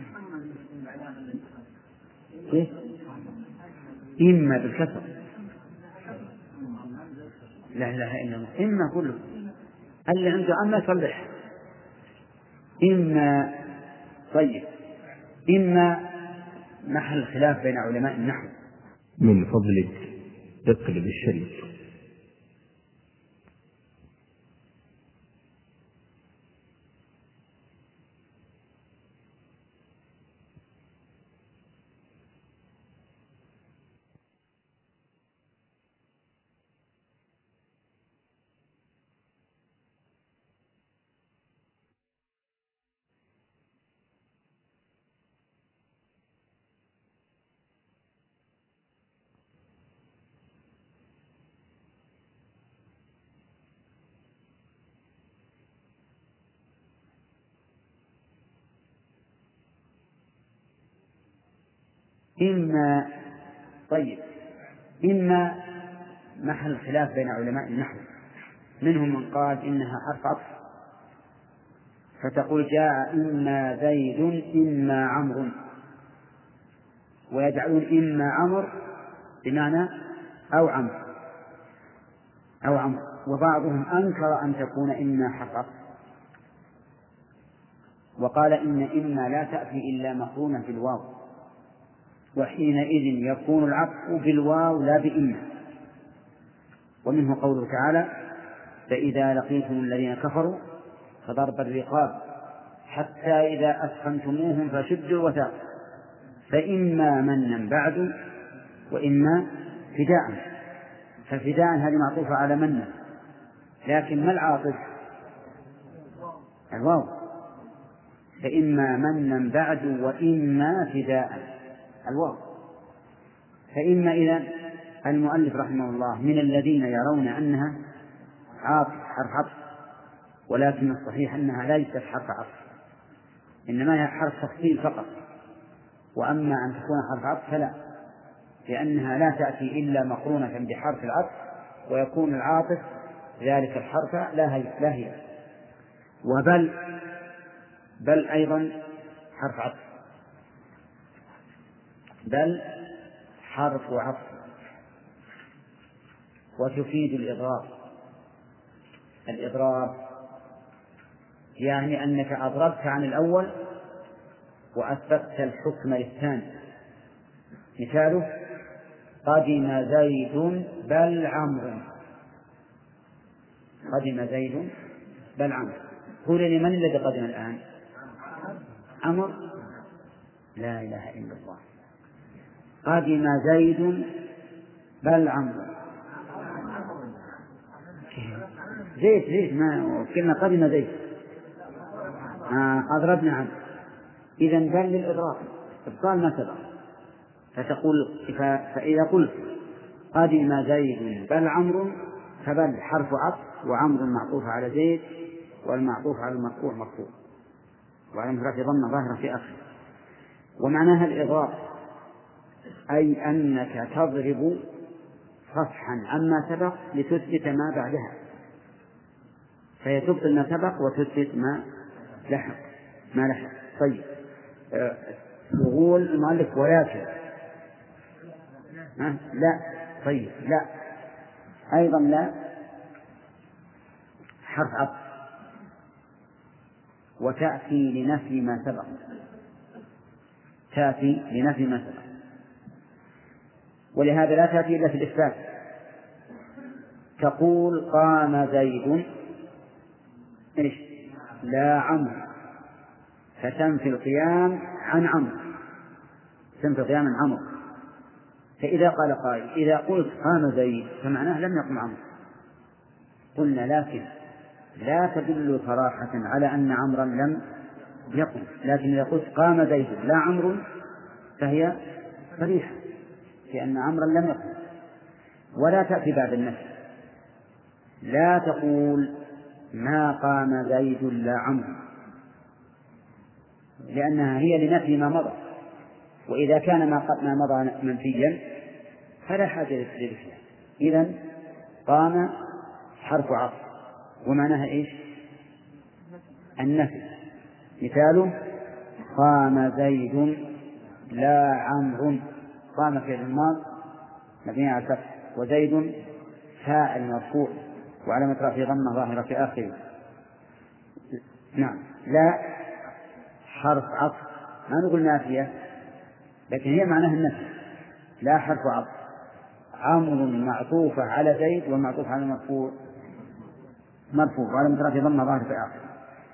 إيه؟ إما بالكسر لا إله إلا الله. إما كله اللي عنده أما يصلح إما. طيب إما محل خلاف بين علماء النحو. من فضلك اقلب الشريط. إما. طيب إما محل خلاف بين علماء النحو. منهم من قال إنها حرف عطف فتقول جاء إما زيد إما عمرو ويجعلون إما عمرو بمعنى أو عمرو أو عمرو. وبعضهم أنكر أن تكون إما حرف عطف وقال إن إما لا تأتي إلا مقرونة بالواو وحينئذ يكون العطف بالواو لا بإما. ومنه قوله تعالى فإذا لقيتم الذين كفروا فضرب الرقاب حتى إذا أثخنتموهم فشدوا الوثاق فإما منا بعد وإما فداء. ففداء هذه معطوفة على منا لكن ما العاطف؟ الواو. فإما منا بعد وإما فداء الواو. فإما إذن المؤلف رحمه الله من الذين يرون أنها عاطف حرف عطف ولكن الصحيح أنها ليست حرف عطف إنما هي حرف تفصيل فقط. وأما أن تكون حرف عطف فلا لأنها لا تأتي إلا مقرونة بحرف العطف ويكون العاطف ذلك الحرف لا هي. وبل بل أيضا حرف عطف بل حرف عطف وتفيد الإضراب. الإضراب يعني أنك أضربت عن الأول وأثبتت الحكم للثاني. مثاله قدم زيد بل عمرو. قدم زيد بل عمرو. قول لي من الذي قدم الآن؟ عمرو. لا إله إلا الله. قدم زيد بل عمرو. زيد زيد ما كنا قدم زيد آه أضربنا عنه. إذن بل للإضراب إبطال ما سبق. فتقول فإذا قلت قدم زيد بل عمرو فبل حرف عطف وعمرو معطوف على زيد والمعطوف على المرفوع مرفوع وعلى مفرد ضمن ظاهرة في آخره. ومعناها الإضراب أي أنك تضرب صفحا عما سبق لتثبت ما بعدها فهي تبطل ما سبق وتثبت ما لحق ما لحق. طيب يقول المؤلف ولكن ها؟ لا. طيب لا أيضا لا حرف عطف وتأتي لنفي ما سبق تأتي لنفي ما سبق، ولهذا لا تأتي إلا في الإثبات. تقول قام زيد إيش؟ لا عمرو، فتنفي القيام عن عمرو، تنفي القيام عن عمرو. فإذا قال قائل إذا قلت قام زيد فمعناه لم يقم عمرو، قلنا لكن لا تدل صراحة على أن عمرا لم يقم، لكن إذا قلت قام زيد لا عمرو فهي صريحة في أن عمرا لم يقم. ولا تأتي بعد النفي، لا تقول ما قام زيد لا عمرو، لأنها هي لنفي ما مضى، وإذا كان ما ما مضى منفيا فلا حاجة للفعل. إذن قام حرف عطف ومعناها إيش؟ النفي. مثاله قام زيد لا عمرو، قام فعل الماضي مبني على الفتح، وزيد فاعل مرفوع وعلامة رفعه ضمة ظاهرة في آخره. نعم، لا حرف عطف، ما نقول نافية لكن هي معناها النفي. لا حرف عطف، عمرو معطوفة على زيد والمعطوف على مرفوع مرفوع وعلامة رفعه ضمة ظاهرة في آخره.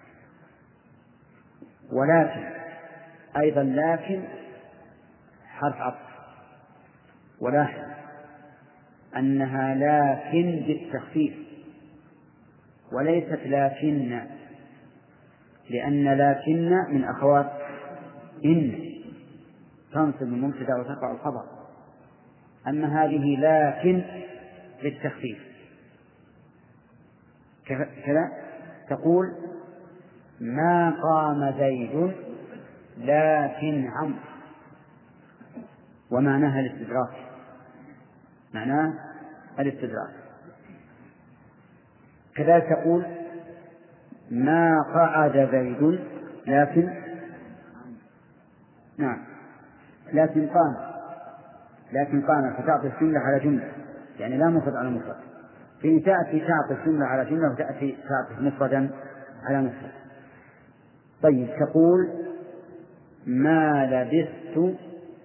ولكن أيضا لكن حرف عطف، ولاحظ أنها لكن بالتخفيف وليست لكن، لأن لكن من أخوات إن تنصب المبتدأ وتقع الخبر، أما هذه لكن بالتخفيف. كذا تقول ما قام زيد لكن عمرو، ومعناها الاستدراك، معناه الاستدراك. كذلك تقول ما قعد زيد لكن نعم لكن قام، لكن قام فتعطي الجملة على جملة، يعني لا مفرد على مفرد. في تأتي تعطي الجملة على جملة وتأتي تعطي مفردا على مفرد. طيب تقول ما لبثت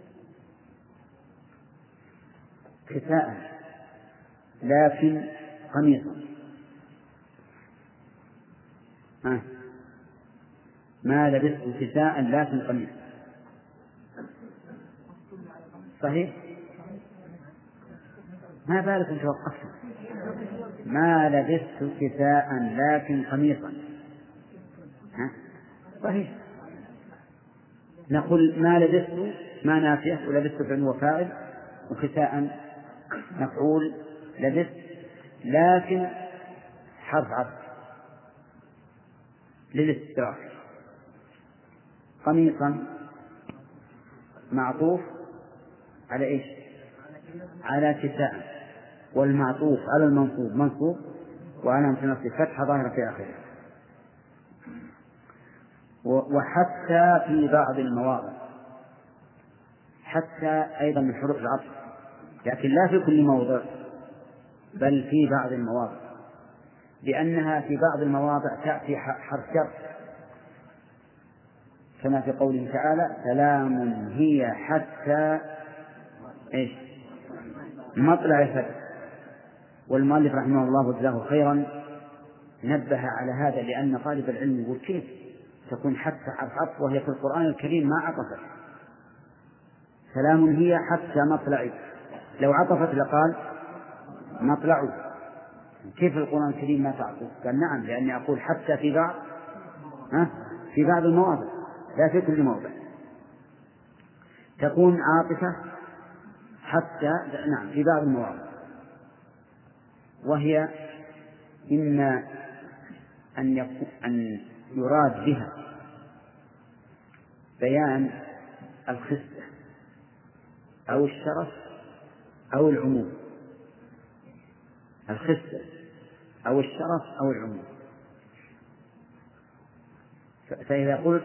كساء لكن قميصا. آه. ما لبثت كساء لكن قميصا، صحيح؟ ما بالك أن توقفت؟ ما لبثت كساء لكن قميصا، ها؟ صحيح. نقول ما لبثت ما نافية، ولبثت فعل وفاعل، وكساء مفعول لبثت لكن حرف عطف للاستدراك. قميصا معطوف على إيش؟ على كساء، والمعطوف على المنصوب منصوب وعلامة نصبه فتحة ظاهرة في آخره. وحتى في بعض المواضع، حتى أيضا من حروف العطف، لكن لا في كل موضع بل في بعض المواضع، لأنها في بعض المواضع تأتي حرف شرط، كما في قوله تعالى سلام هي حتى إيش؟ مطلع الفجر. والمؤلف رحمه الله وجزاه خيرا نبه على هذا، لأن طالب العلم يقول كيف تكون حتى حرف عطف وهي في القرآن الكريم ما عطفت؟ سلام هي حتى مطلع، لو عطفت لقال مطلع، كيف القرآن الكريم ما تعطف؟ قال نعم، لأني أقول حتى في بعض ها في بعض المواضع لا في كل موضع تكون عاطفة حتى، نعم في بعض المواضع، وهي إما أن يكون أن يراد بها بيان الخصة أو الشرف أو العموم، الخصة أو الشرف أو العموم. فإذا قلت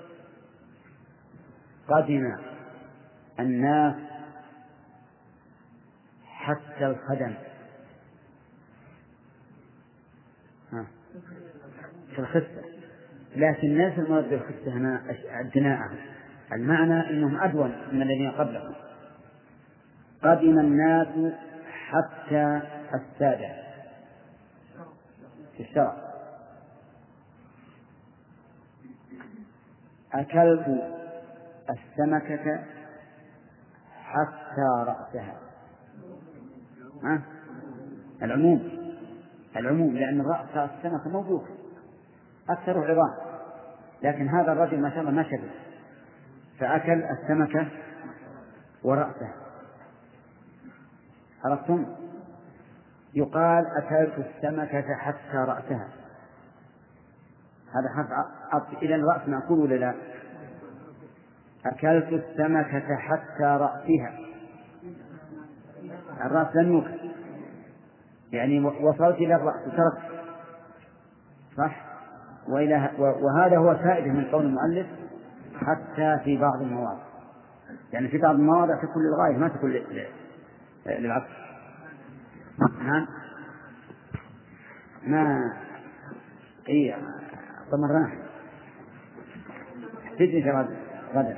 قدم الناس حتى الخدم في الخصة، لكن ليس المراد بالخصة هنا الدناءة، المعنى أنهم أدون من الذين قبلهم. قدم الناس حتى السادة في الشرع. أكلت السمكة حتى رأسها. ها؟ العموم العموم لأن رأس السمكة موجود أكثر عظام، لكن هذا الرجل ما شاء الله ما شبه فأكل السمكة ورأسها. عرفتم؟ يقال أكلت السمكة حتى رأسها، هذا حرف عطف. إذن الرأس مأكول ولا لا؟ أكلت السمكة حتى رأسها، الرأس لم يؤكل، يعني وصلت إلى الرأس وتركت، صح؟ وإلى وهذا هو فائدة من قول المؤلف حتى في بعض المواضع، يعني في بعض المواضع تكون للغاية ما تكون للعكس. نعم ما إيه طمرناه تجي غدا غدا.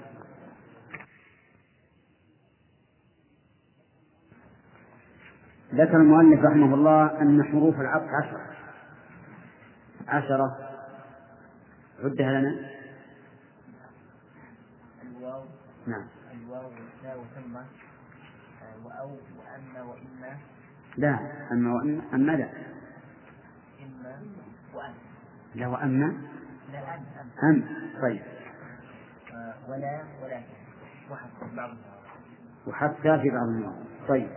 ذكر المؤلف رحمه الله أن حروف العطف عشرة عشرة عدها لنا. الواو نعم الواو والتاء وثم وأو وأن وإما. لا أما وأما أما لا إما وأن. لا وأما لا أن أم, أم. طيب ولا ولكن وحتى بعض وحتى في بعض المواضع. طيب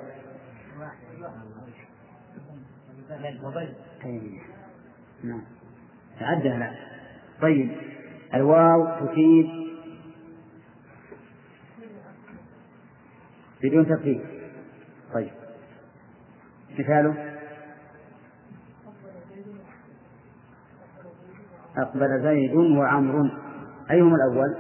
طيب نعم تعدى لا. طيب الواو تفيد بدون تفريق. طيب مثاله أقبل زيد وعمر، أيهما الأول؟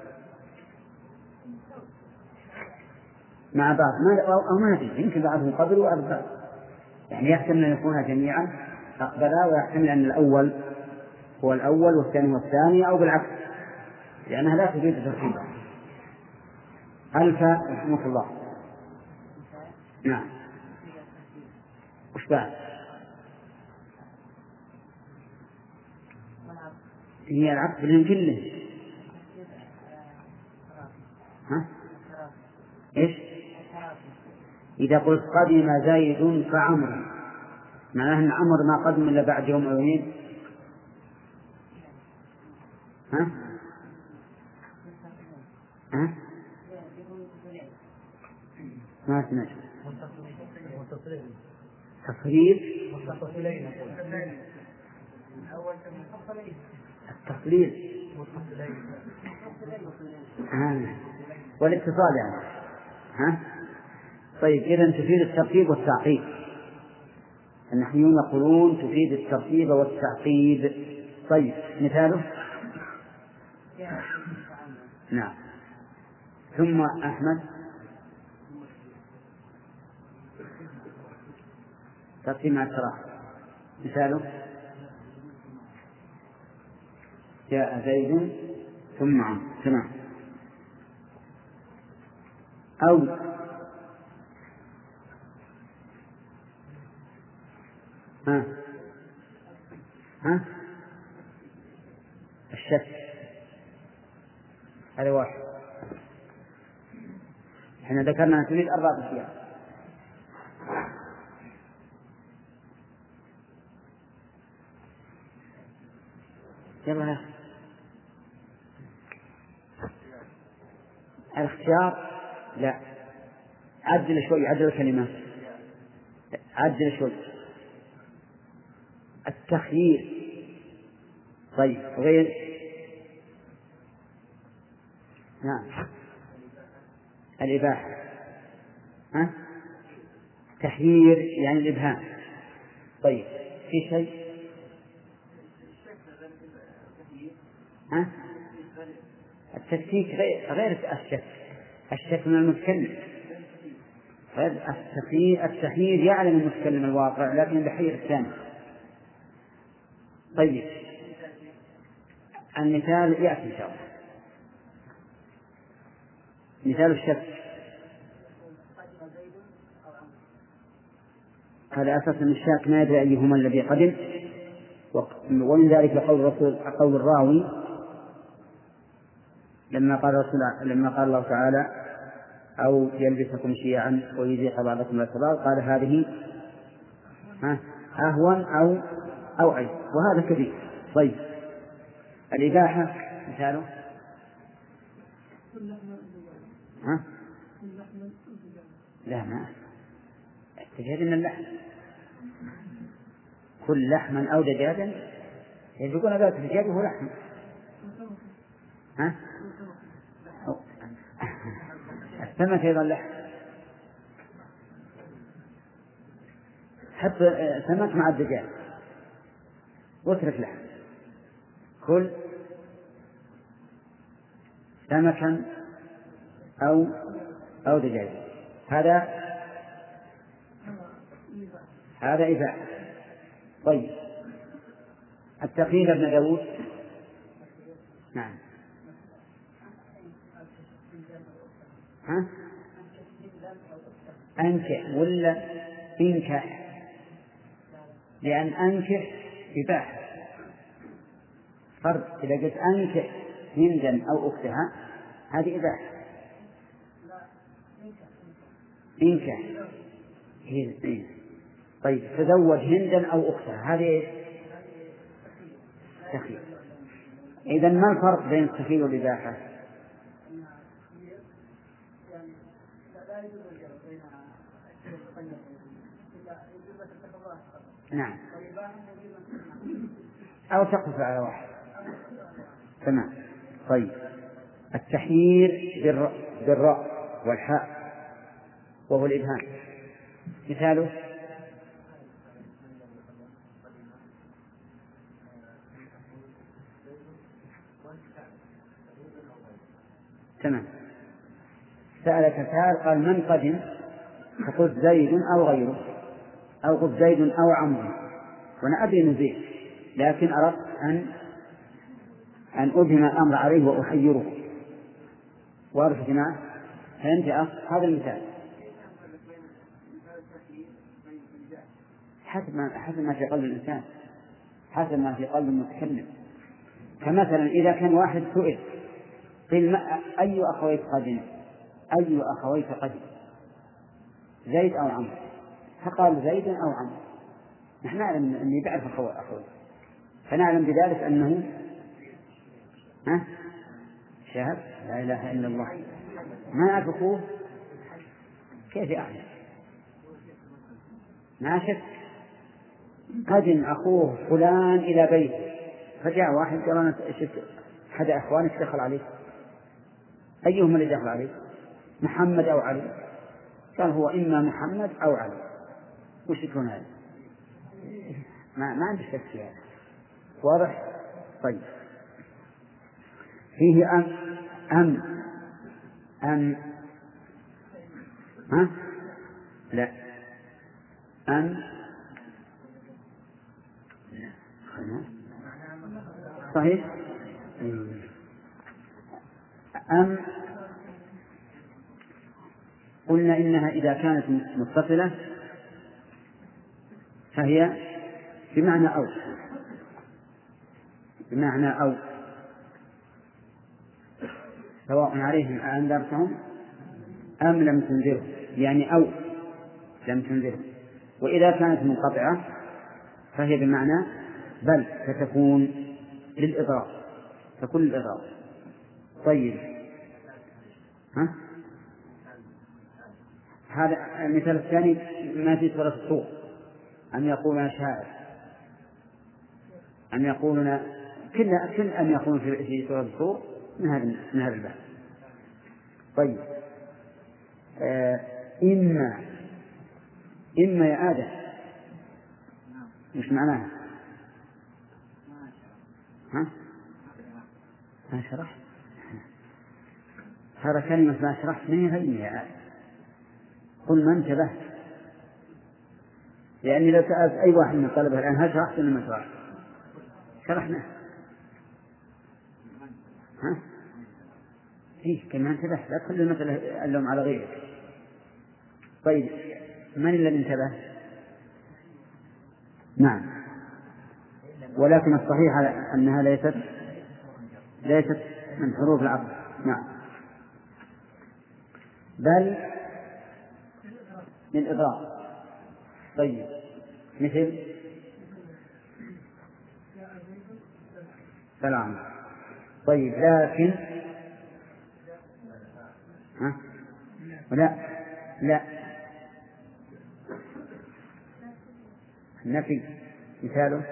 مع بعض ما أو ما ندري، يمكن بعضهم قبل وأقبل، يعني يحتمل أن يكون جميعا أقبلا، ويحتمل أن الأول هو الأول والثاني والثاني، أو بالعكس لأنها لا تفيد ترتيبا. ألف رحمة الله. نعم وش بعد؟ هي العكس بهم كله. ها؟ إيش؟ إذا قلت قدم زيد فعمر، معناه أن عمر ما قدم إلا بعد يوم أو يومين. ها؟ ها؟ ما سمعت. تصريف التصريف آه. والاتصال يعني. ها؟ طيب إذن تفيد الترتيب والتعقيب. النحويون يقولون تفيد الترتيب والتعقيب. طيب مثاله نعم. ثم أحمد ترتيب مع التراخي. مثاله جاء زيد ثم عمرو. تمام. أو ها ها الشك هذا واحد. احنا ذكرنا تريد أربعة أشياء. يلا الاختيار لا عدل شوي، عدل الكلمات، عدل شوي. التخيير. طيب غير؟ نعم الإباحة. ها؟ تحيير يعني الإبهام. طيب في شيء؟ ها؟ التشكيك غير غير الشك. الشك من المتكلم. التخيير التخيير يعلم المتكلم الواقع لكن بحير الثاني. طيب المثال يأتي إن شاء الله. مثال الشك هذا أساس أن الشاك ما يدري أيهما الذي قدم، ومن ذلك قول الرسول قول الراوي لما قال الرسول لما قال الله تعالى أو يلبسكم شيعا ويذيق بعضكم بعض قال هذه أهون أو أو عيب، وهذا كبير. طيب الإباحة مثاله ها؟ لا ما الدجاج من اللحم، كل لحما أو دجاجا يقولون ذلك الدجاج هو لحم. ها؟ السمك أيضا لحم، حط سمك مع الدجاج واترك لحم، كل سمكا أو أو دجاجا، هذا هذا إباحة. طيب التقييد ابن داود نعم ها؟ أنكح ولا إنكح؟ لأن أنكح إباحة، فرق إذا قلت أنكح هندا أو أختها هذه إباحة. إنكح هي. طيب تزوج هندا أو أختها هذه تخيل. إذن ما الفرق بين التخيل والإباحة؟ نعم أو تقف على واحد تمام. طيب التحيير بالراء والحاء وهو الإبهام، مثاله تمام. سألك سائل قال من قدم؟ فقلت زيد أو غيره، أو قلت زيد أو عمرو، وأنا أدري من زيد لكن أردت أن أن أبهم الأمر عليه وأحيره. واضح يا جماعة؟ فهمت يا أخ؟ هذا المثال حسب ما حسب ما في قلب الإنسان، حسب ما في قلب المتكلم. كمثلا إذا كان واحد سئل قيل أي أخويك قدم؟ أي أخويك قدم؟ زيد أو عمرو؟ فقال زيد أو عمرو. نحن نعلم أني بعرف أخوي، فنعلم بذلك أنه ها شهد لا إله إلا الله، ما أعرف أخوه كيف أعلم؟ ما شك قدم أخوه فلان إلى بيته، فجاء واحد قال أنا شفت أحد أخوانك دخل عليه، أيهم اللي دخل عليه؟ محمد أو علي؟ قال هو إما محمد أو علي. وش يكون هذا؟ ما ما عندي شك في هذا. واضح؟ طيب فيه أم أم أم ها؟ لا أم صحيح؟ أم قلنا إنها إذا كانت متصلة فهي بمعنى أو بمعنى أو سواء عليهم أنذرتهم أم لم تنذرهم، يعني أو لم تنذرهم. وإذا كانت منقطعة فهي بمعنى بل، فتكون للإضراب، تكون للإضراب. طيب ها؟ هذا المثال الثاني ما في سورة الطور، أن يقولون شاعر، أن يقولون كل كل أن يقولون في سورة الطور من هذا من هذا الباب. طيب آه إما إما يا آدم مش معناها ها؟ ما شرحت هذا كلمة ما شرحت ما هي يا آدم، قل ما انتبهت، لأني لو سألت أي واحد من الطلبة الآن هل شرحت ولا ما شرحت؟ شرحنا ها؟ فيه كما انتبه، لا تخلي المسألة اللوم على غيرك. طيب من الذي انتبه؟ نعم، ولكن الصحيح أنها ليست ليست من حروف العطف. نعم، بل للإضراب. طيب مثل سلام. طيب لكن ها؟ لا لا النفي مثاله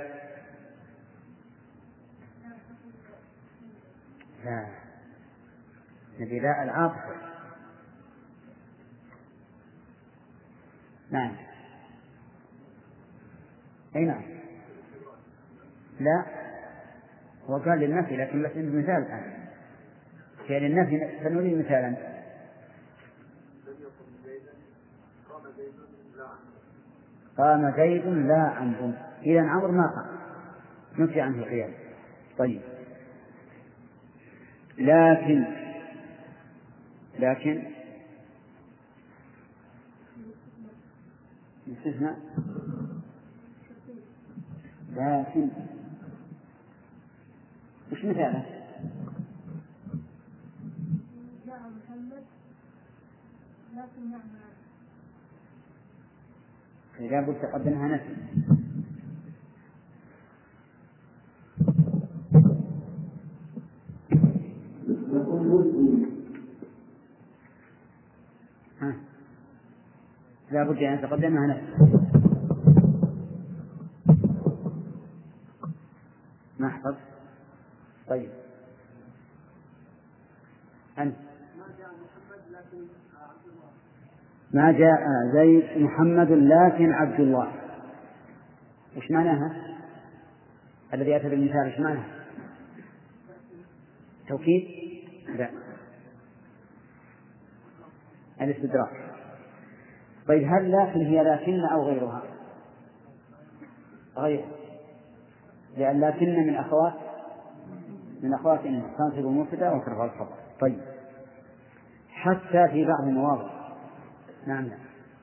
لا نبي لا العاطفة. نعم أي نعم لا هو قال للنفي، لكن بس مثال الآن كان النفي سنريد مثالا. قام زيد لا عمرو، إذا عمرو ما قام، نفي عنه القيام. طيب لكن لكن استثناء لكن وش مثاله؟ جاء محمد لكن يعمل. إذا قلت تقدمها نفي ها لا بد أن تقدمها نفي ما حفظ. طيب أنت ما جاء زيد محمد لكن عبد الله، وش معناها؟ الذي أتى بالمثال وش معناها؟ توكيد؟ لا الاستدراك. طيب هل لكن هي لكن أو غيرها؟ غير، لأن لكن من أخوات من أخوات إن تنصب المبتدأ وترفع الخبر. طيب حتى في بعض المواضع. نعم لا.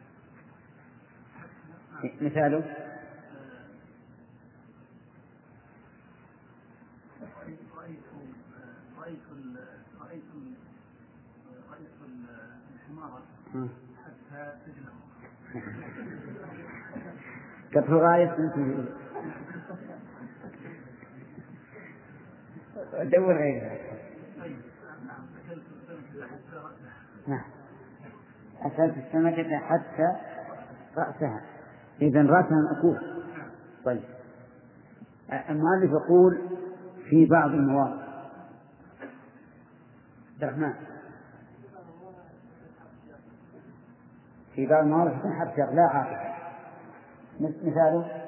مثاله رأيت رأيت رأيت رأيت الحمار حتى تجلب. كتب غاية أنت دور غيرها. نعم أكلت السمكة حتى رأسها، إذن رأسها مأكول. طيب المؤلف يقول في بعض المواضع. عبد الرحمن في بعض المواضع حتى لا عاطفة. مثاله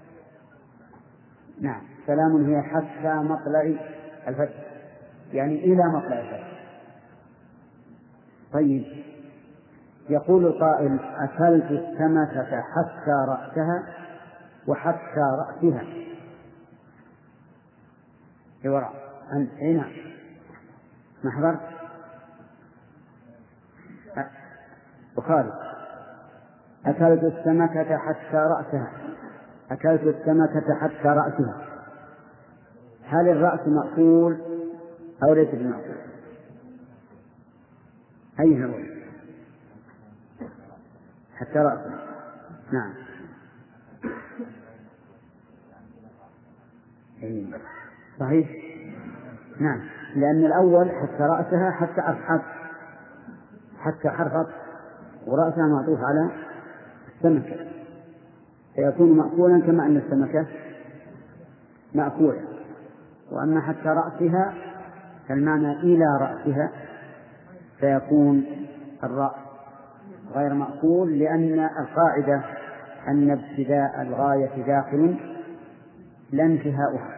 نعم سلام هي حتى مطلع الفجر، يعني إلى مطلع الفجر. طيب يقول القائل أكلت السمكة حتى رأسها وحتى رأسها في وراء أنت هنا ما حضرت بخاري. أكلت السمكة حتى رأسها، أكلت السمكة حتى رأسها. هل الرأس مأكول أو ليس بمأكول؟ أي هو حتى رأسها؟ نعم صحيح. نعم لأن الأول حتى رأسها حتى أصحب حتى حرفت ورأسها معطوف على السمكة فيكون مأكولا كما أن السمكة مأكولة. وأما حتى رأسها فالمعنى إلى رأسها فيكون الرأس غير مأكول، لأن القاعدة أن ابتداء الغاية داخل لا انتهاؤها.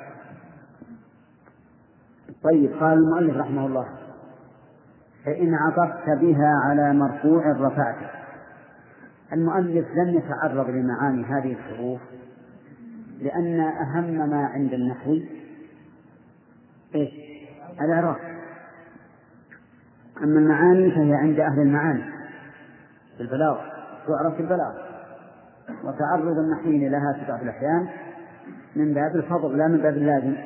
طيب قال المؤلف رحمه الله فإن عطفت بها على مرفوع رفعته. المؤلف لم يتعرض لمعاني هذه الحروف لأن أهم ما عند النحو إيش؟ الإعراب. أما المعاني فهي عند أهل المعاني في البلاغ، تعرف في البلاغ، وتعرض النحويين لها في بعض الأحيان من باب الفضل لا من باب اللازم،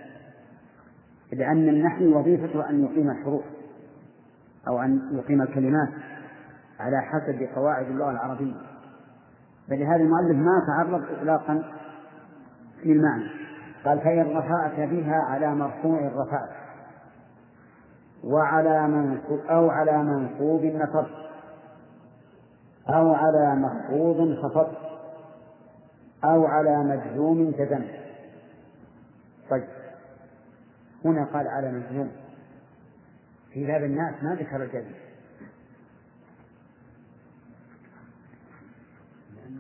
لأن النحو وظيفته أن يقيم الحروف أو أن يقيم الكلمات على حسب قواعد اللغة العربية، فلهذا المؤلف ما تعرض إطلاقا للمعنى، قال فإن رفعت بها على مرفوع رفعت وعلى منصوب أو على منصوب نصب أو على مخفوض خفض أو على مجزوم جزم. طيب هنا قال على مجزوم، في باب الناس ما ذكر الجزم، لأن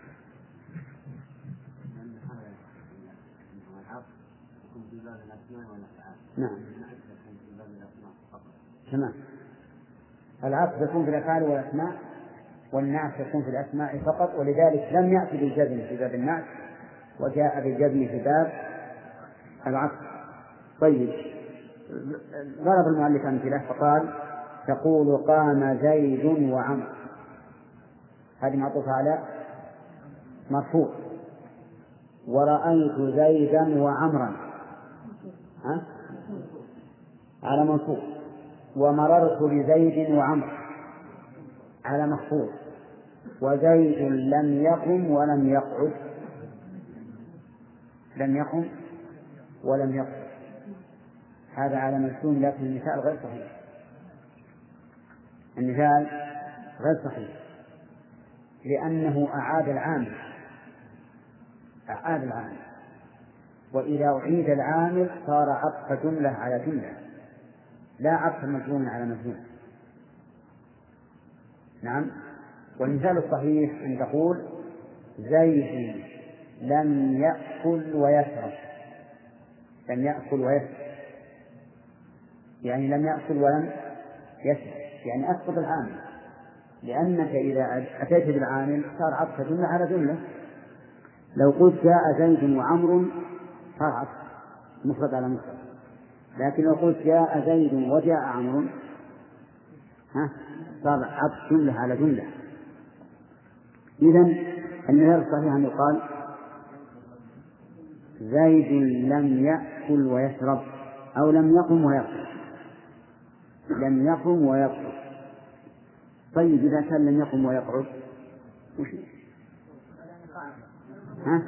لأن هذا العطف يكون في باب الأسماء والأفعال. نعم. يكون في باب الأسماء فقط. تمام. العطف يكون في الأفعال والأسماء، والنعت يكون في الأسماء فقط، ولذلك لم يأتي بالجزم في باب النعت وجاء بالجزم في باب العطف. طيب ضرب المؤلف أمثلة فقال تقول قام زيد وعمر، هذه معطوفة على مرفوع، ورأيت زيدا وعمرا ها؟ على منصوب، ومررت بزيد وعمر على مخفوض، وزيد لم يقم ولم يقعد، لم يقم ولم يقعد، هذا على مجزوم، لكن المثال غير صحيح، المثال غير صحيح لأنه أعاد العامل، أعاد العامل، وإذا أعيد العامل صار عطف جملة على جملة لا عطف مجزوم على مجزوم. نعم. والمثال الصحيح أن تقول زيد لم يأكل ويشرب، لم يأكل ويشرب يعني لم يأكل ولم يشرب، يعني أسقط العامل، لأنك إذا أتيت بالعامل صار عطف جملة على جملة. لو قلت جاء زيد وعمر صار عطف مفرد على مفرد، لكن لو قلت جاء زيد وجاء عمرو ها صار عطف جملة على جملة. إذن المثال الصحيح أن يقال زيد لم يأكل ويشرب أو لم يقم ويقعد، لم يقم ويقعد. طيب إذا كان لم يقم ويقعد وش ها؟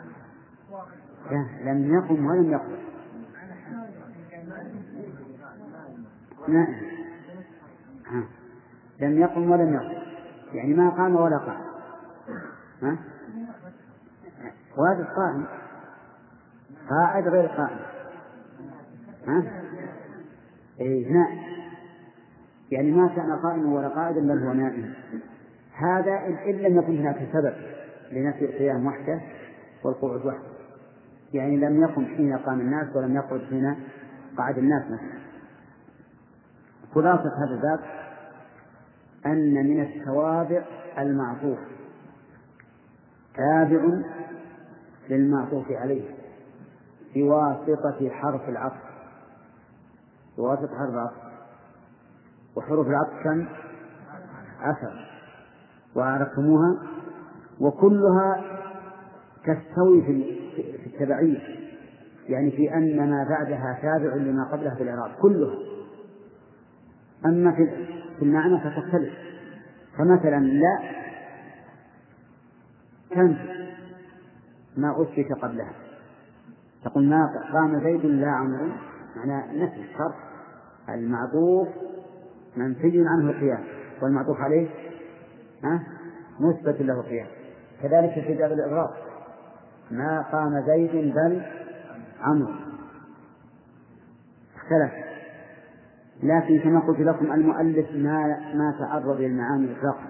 لم يقم ولم يقعد نعم. ها. لم يقم ولم يقعد يعني ما قام ولا قعد، ها؟ وهذا قائم، قاعد غير قائم، ها؟ إيه نعم، يعني ما كان قائما ولا قاعدا بل هو نائم، هذا إن لم يكن هناك سبب لنفي القيام وحده والقعود وحده، يعني لم يقم حين قام الناس ولم يقعد حين قعد الناس مثلا. خلاصة هذا الباب أن من التوابع المعطوف تابع للمعطوف عليه بواسطة حرف العطف، بواسطة حرف العطف، وحروف العطف كم؟ عشر وعرفتموها، وكلها تستوي في التبعية، يعني في أن ما بعدها تابع لما قبلها في الإعراب كلها. أما في المعنى فتختلف، فمثلا لا تنفي ما أثبت قبلها، تقول ما قام زيد لا عمرو، معنى نفي الشرط، المعطوف منفي عنه القيام والمعطوف عليه ها مثبت له القيام. كذلك في باب الإعراب ما قام زيد بل عمرو اختلف، لكن كما قلت لكم المؤلف ما ما تعرض للمعاني إطلاقا،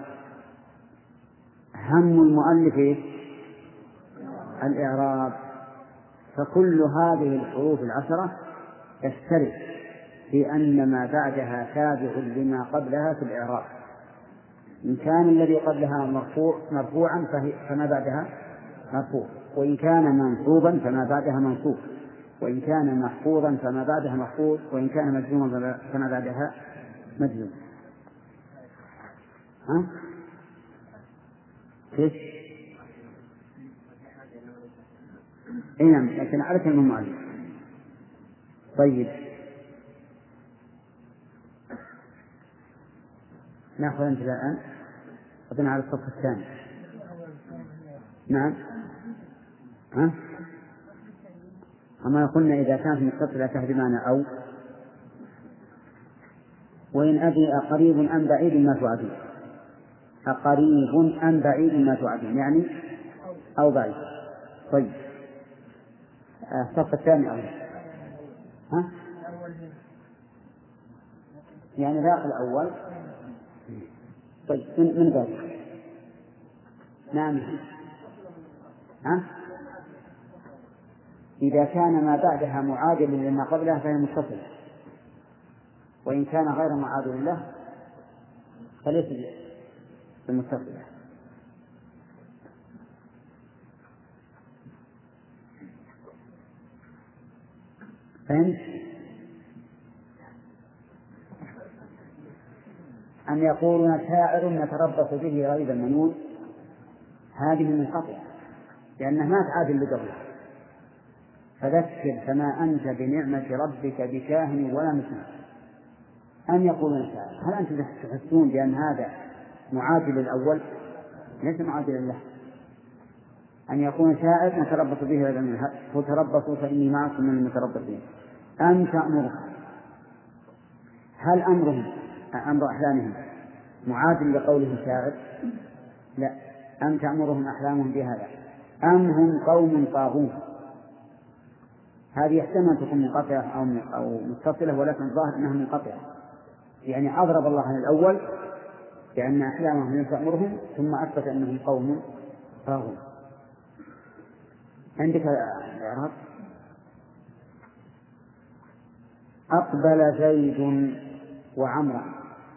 هم المؤلف إيه؟ الإعراب، فكل هذه الحروف العشرة تشترك في أن ما بعدها تابع لما قبلها في الإعراب، إن كان الذي قبلها مرفوع مرفوعا فما بعدها مرفوع، وإن كان منصوبا فما بعدها منصوب، وإن كان محفوظا فما بعدها محفوظ، وإن كان مجزوما فما بعدها مجزوم. ها؟ ايش؟ اي نعم، لكن على كلمة المؤلف. طيب ناخذ انت الآن أظن على الصف الثاني. نعم. ها؟ أما قلنا إذا كانت متصلة تهدي معنى أو وإن أدري أقريب أم بعيد ما توعدون. أقريب أم بعيد ما توعدون يعني أو بعيد. طيب الصف الثاني أول. ها؟ يعني ذاق الأول. طيب من من ذلك؟ نعم. ها؟ إذا كان ما بعدها معادل لما قبلها فهي متصلة، وإن كان غير معادل له فليس بالمتصلة. فهمت؟ أن يقولون شاعر نتربص به ريب المنون، هذه منقطعة لأنها ما تعادل لقبلها. فذكر فما أنت بنعمة ربك بكاهن ولا مسلم. أن يقولون شاعر، هل أنتم تحسون بأن هذا معادل الأول؟ ليس معادلا له. أن يكون شاعر نتربص به ريب المنون، فتربصوا فإني معكم من المتربصين. أم تأمرهم، هل أمرهم أمر أحلامهم معادل لقوله شاعر؟ لا. أم تأمرهم أحلامهم بهذا أم هم قوم طاغون. هذه احتمال تكون منقطعة أو أو متصلة، ولكن الظاهر أنها منقطعة، يعني أضرب الله عن الأول بأن أحلامهم لم تأمرهم، ثم أثبت أنهم قوم طاغون. عندك الإعراب؟ أقبل زيد وعمرا.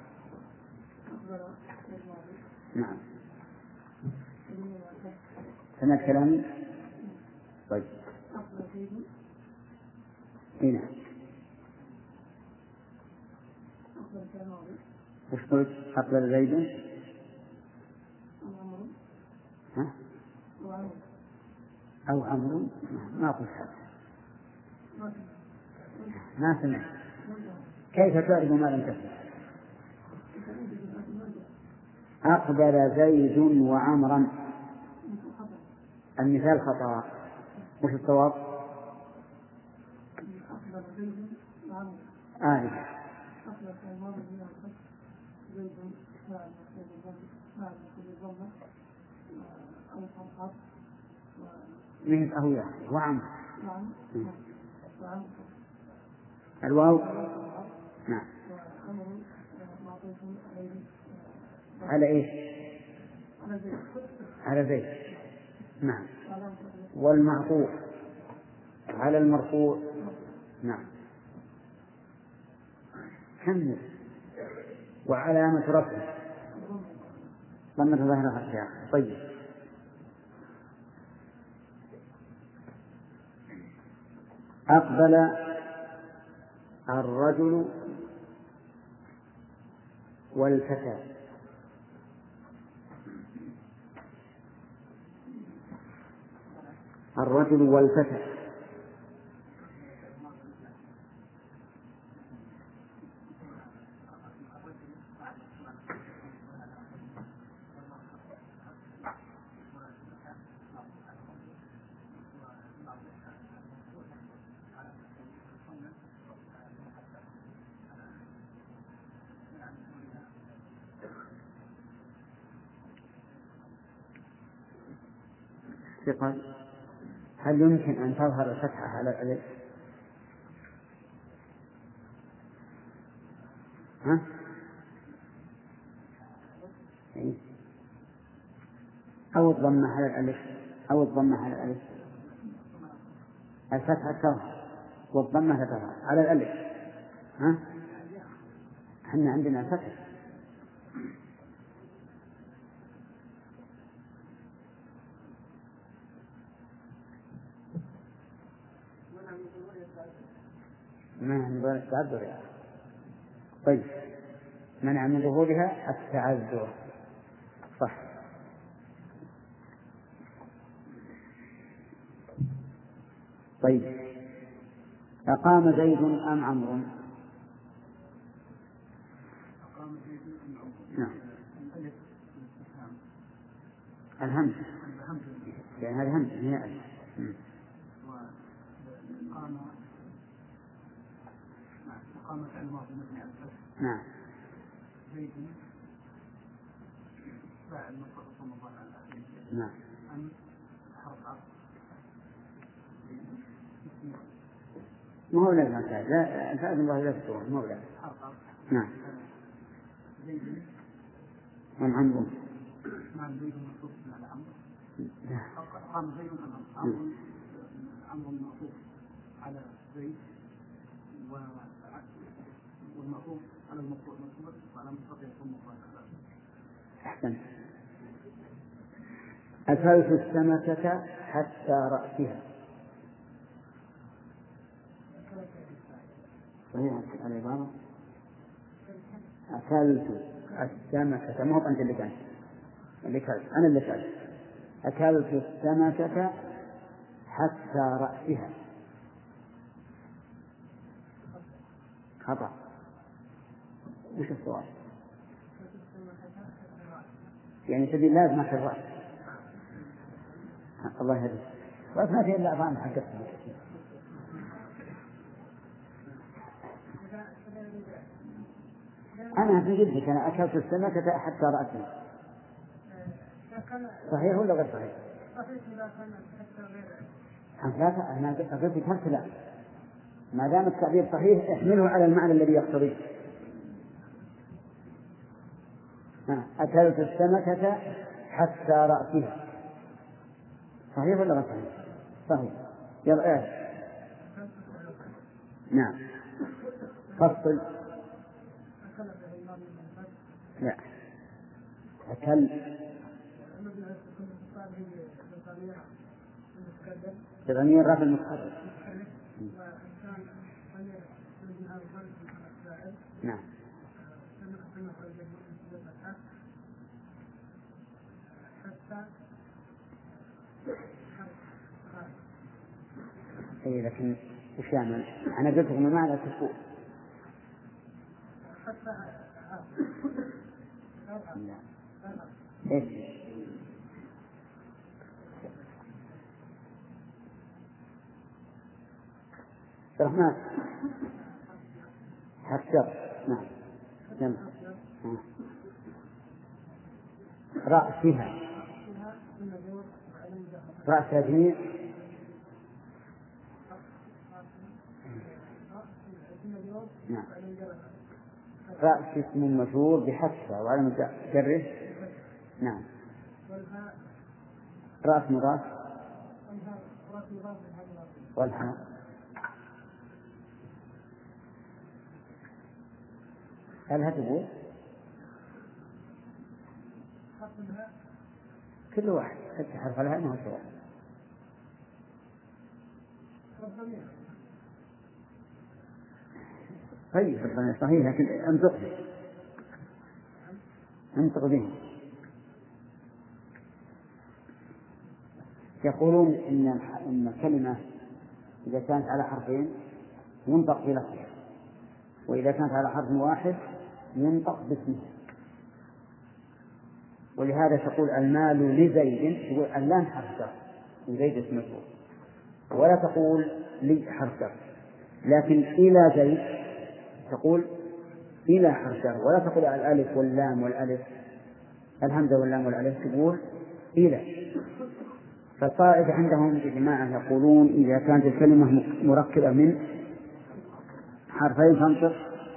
نعم. سمعت كلامي؟ طيب. هنا وش قلت؟ أقبل زيد ها؟ أو عمرو. ما قلت هذا، ما سمعت. كيف تعرف ما لم تسمع؟ أقبل زيد وعمرا، المثال خطأ. وش الصواب؟ آه. من أهوية وعمر. الواو. نعم. على إيش؟ على زيد. نعم. والمعطوف على المرفوع. نعم. كمل. وعلامة رفعه ضمة ظاهرة في آخره. طيب. أقبل الرجل والفتى. الرجل والفتى. هل يمكن أن تظهر الفتحة على الألف؟ ها؟ أو الضمة على الألف أو الضمة على الألف. الفتحة تظهر والضمة تظهر على الألف. ها؟ احنا عندنا فتح. ما نبغى التعذر يا أخي. طيب منع من ظهورها التعذر. صح. طيب، أقام زيد أم عمرو؟ نعم. الهمز، يعني هذا همز هي ألف. نعم. نعم. ما هو لازم الفائد، لا الفائد الله لا تسوى، ما هو لازم. نعم. من عمرو؟ نعم زيد مصروف على عمرو. قام زيد عمرو عمرو مصروف على زيد والمصروف على المصروف مصروف وعلى مصروف يكون مصروف. أحسن. أكلت السمكة حتى رأسها. صحيح العبارة. أكلت السمكة، ما هو أنت اللي كان اللي كان أنا اللي كان. أكلت السمكة حتى رأسها. خطأ. وش السؤال؟ يعني تبي لازم في الرأس. الله يهديك. بس ما في إلا أعضاء حقتها. أنا في جدك أنا أكلت السمكة حتى رأسها. صحيح ولا غير صحيح؟ صحيح إذا كان حتى غير. لا أنا قلت لك لا. ما دام التعبير صحيح احمله على المعنى الذي يقتضيه. أكلت السمكة حتى رأسها. صحيح ولا غير صحيح؟ صحيح. يلا إيش؟ نعم. فصل. لا. أكل بضمير رفع المتحرك. نعم. اي لكن وش يعمل؟ انا قلت لكم ما على تفوق. ايش؟ الرحمن حسر. نعم. نعم. رأسها. رأس هذه نعم. رأس اسم مجرور بحسها وعلامة جره. نعم. رأس مضاف والهاء. هل هتقول كل واحد حتى حرف الهاء ما هو سواء. طيب صحيح لكن انطق به انطق به. يقولون إن إن الكلمة إذا كانت على حرفين ينطق بلفظها، وإذا كانت على حرف واحد ينطق باسمها. ولهذا تقول المال لزيد، تقول اللام حرف جر وزيد اسم مجرور، ولا تقول لي حرف جر. لكن إلى زيد تقول إلى حرف جر، ولا تقول الألف واللام والألف الهمزة واللام والألف، تقول إلى. فالقاعدة عندهم يا جماعة يقولون إذا كانت الكلمة مركبة من حرفين تنطق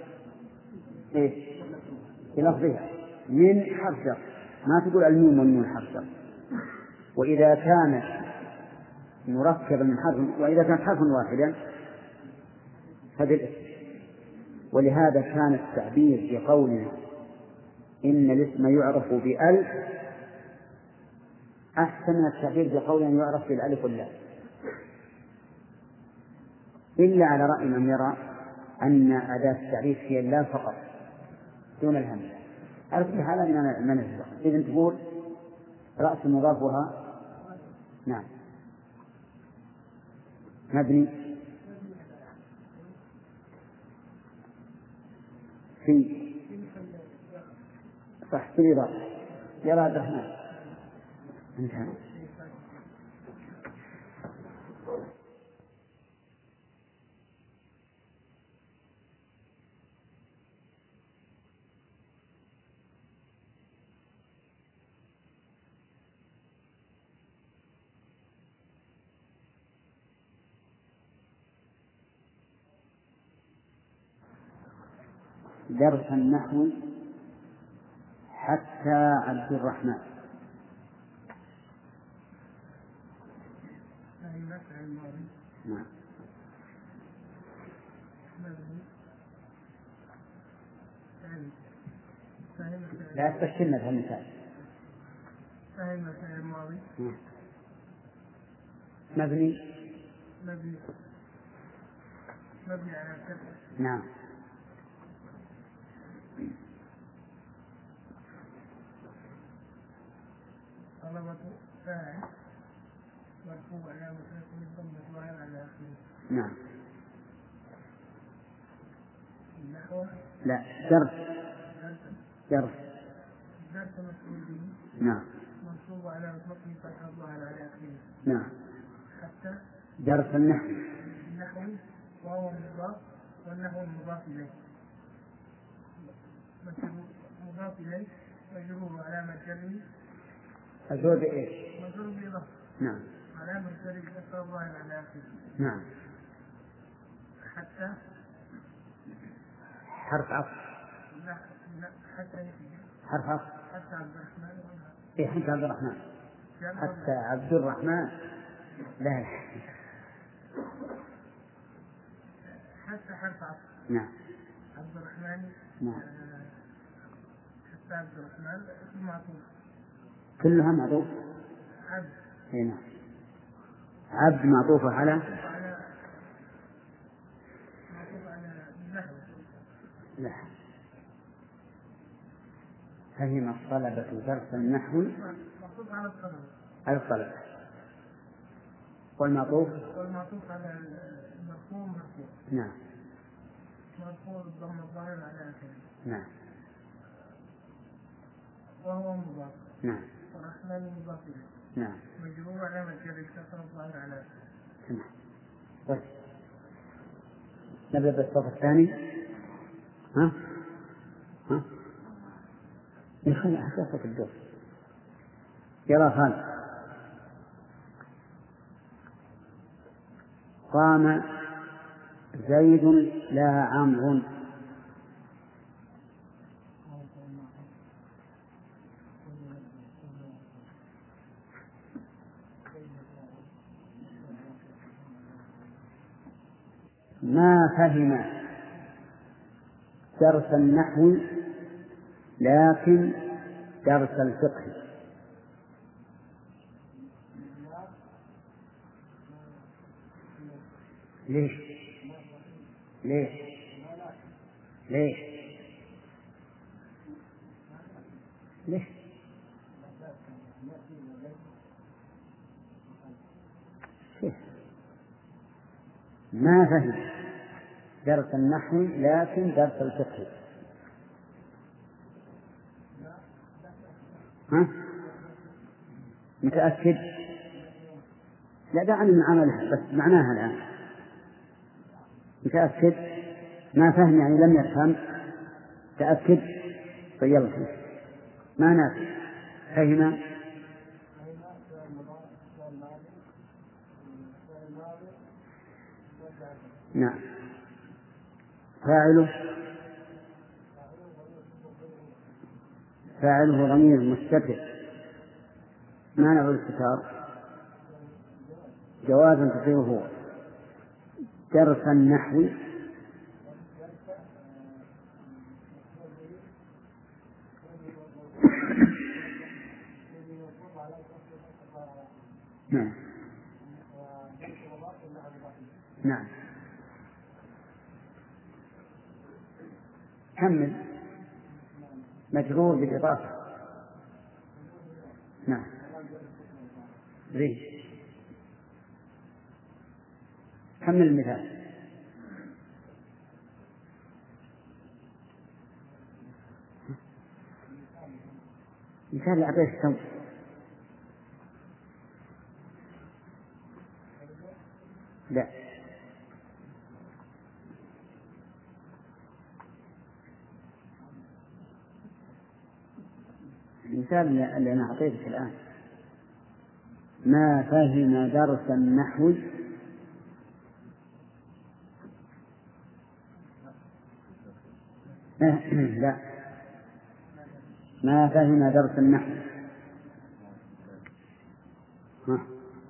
إيه بلفظها من حرف جر، ما تقول الميم والنون حرف جر. وإذا كانت مركبة من حرف، وإذا كانت حرفا واحدا فبالاسم. ولهذا كان التعبير بقولنا إن الاسم يعرف بأل أحسن من التعبير بقولنا يعرف بالألف واللام، إلا على رأي من يرى أن أداة التعريف هي اللام فقط، دون الهمزة. على كل حال ما نفهم. إذا تقول رأس مضاف وها نعم مبني في صح في الإضافة. يا عبد الرحمن انتهى. درس النحو حتى عبد الرحمن. نعم. لا تفشلنا في المثال. فهم فعل الماضي مبني مبني مبني على الفتح. نعم. طلبة فاعل مرفوع علامة رفعه الضمة ظاهر على آخره. نعم. النحو لا درس درس درس مفعول به. نعم. منصوب علامة رفعه فتحة ظاهر على آخره. نعم. حتى درس النحو. النحو وهو مضاف والنحو مضاف إليه. مضاف إليه مجرور علامة جره مجرور بإيش؟ مجرور بإضافة. نعم. علامة جره كسر ظاهر على آخره. نعم. حتى حرف عطف. لا لا حتى حرف عطف. حتى عبد الرحمن. إيه حتى عبد الرحمن. حتى عبد الرحمن. لا حتى حرف عطف. نعم. عبد الرحمن. نعم. حتى عبد الرحمن اسم معطوف. كلها معطوف. عبد. هنا عبد معطوفة على معطوف على النحو. لا فهم الطلبة درس النحو معطوف على الطلبة على الطلبة والمعطوف والمعطوف على المرفوع مرفوع. نعم. مرفوع بالضم الظاهر على آخره. نعم. وهو مضاف. نعم. والرحمن مضاف إليه. نعم. مجرور علامة جر الكسر الظاهر على آخره. نعم. بس نبدأ بالصف الثاني. ها ها يخلي أحساسك الدور. يلا خالد. قام زيد لا عمرو. ما فهم درس النحو لكن درس الفقه. ليش ليش ليش ليش ما فهم درس النحو لكن درس الفقه. ها متأكد؟ لا دعني من عملها بس معناها الآن. متأكد؟ ما فهم يعني لم يفهم. تأكد؟ طيب يلا ما نافع. فهم نعم. فاعله فاعله ضمير مستتر. ما نوع الاستتار؟ جوازا تصير هو. درس النحو نعم. نعم. كمل. مجرور بالإضافة. نعم زين. كمل المثال. مثال أعطيه السوء. لا المثال اللي أنا أعطيتك الآن: ما فهم درس النحو لا ما فهم درس النحو. ها.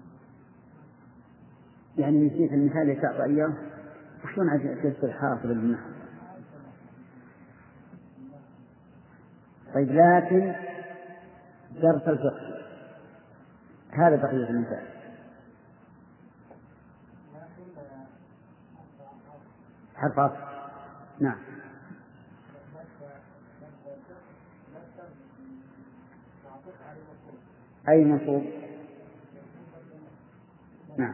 يعني نسيت المثال اللي تعطى إياه، وشلون عجبت الحافظ للنحو؟ طيب لكن درس الفقه هذا بقية المثال. حرف عطف. نعم أي منصوب. نعم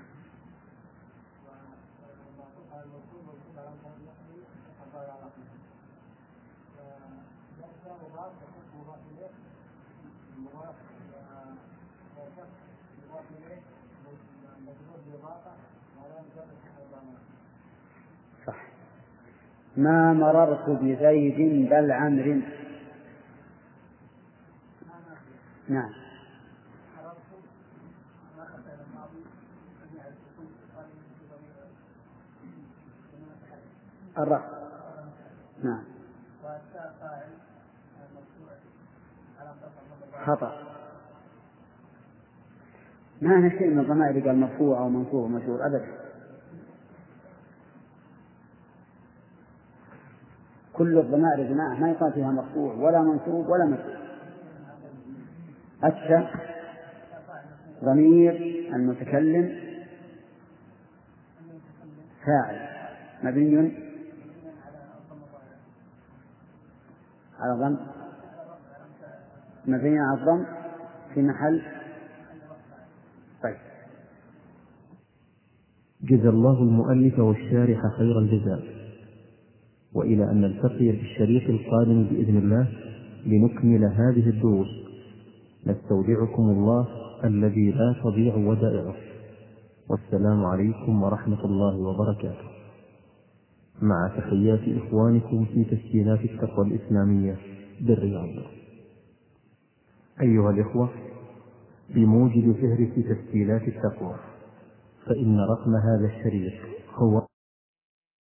صح. ما مررت بزيد بل عمرو. نعم الرفع. نعم خطأ. ما هنا شيء من الضمائر اللي قال مرفوع أو منصوب ومجرور أبدا. كل الضمائر يا جماعة ما يقال فيها مرفوع ولا منصوب ولا مجرور. أتى ضمير المتكلم فاعل مبني على ضم مبني على الضم في محل. طيب جزا الله المؤلف والشارح خير الجزاء، وإلى أن نلتقي في الشريط القادم بإذن الله لنكمل هذه الدروس، نستودعكم الله الذي لا تضيع ودائعه، والسلام عليكم ورحمة الله وبركاته، مع تحيات إخوانكم في تسجيلات التقوى الإسلامية بالرياض. أيها الإخوة، بموجب فهرس تسجيلات التقوى، فإن رقم هذا الشريط هو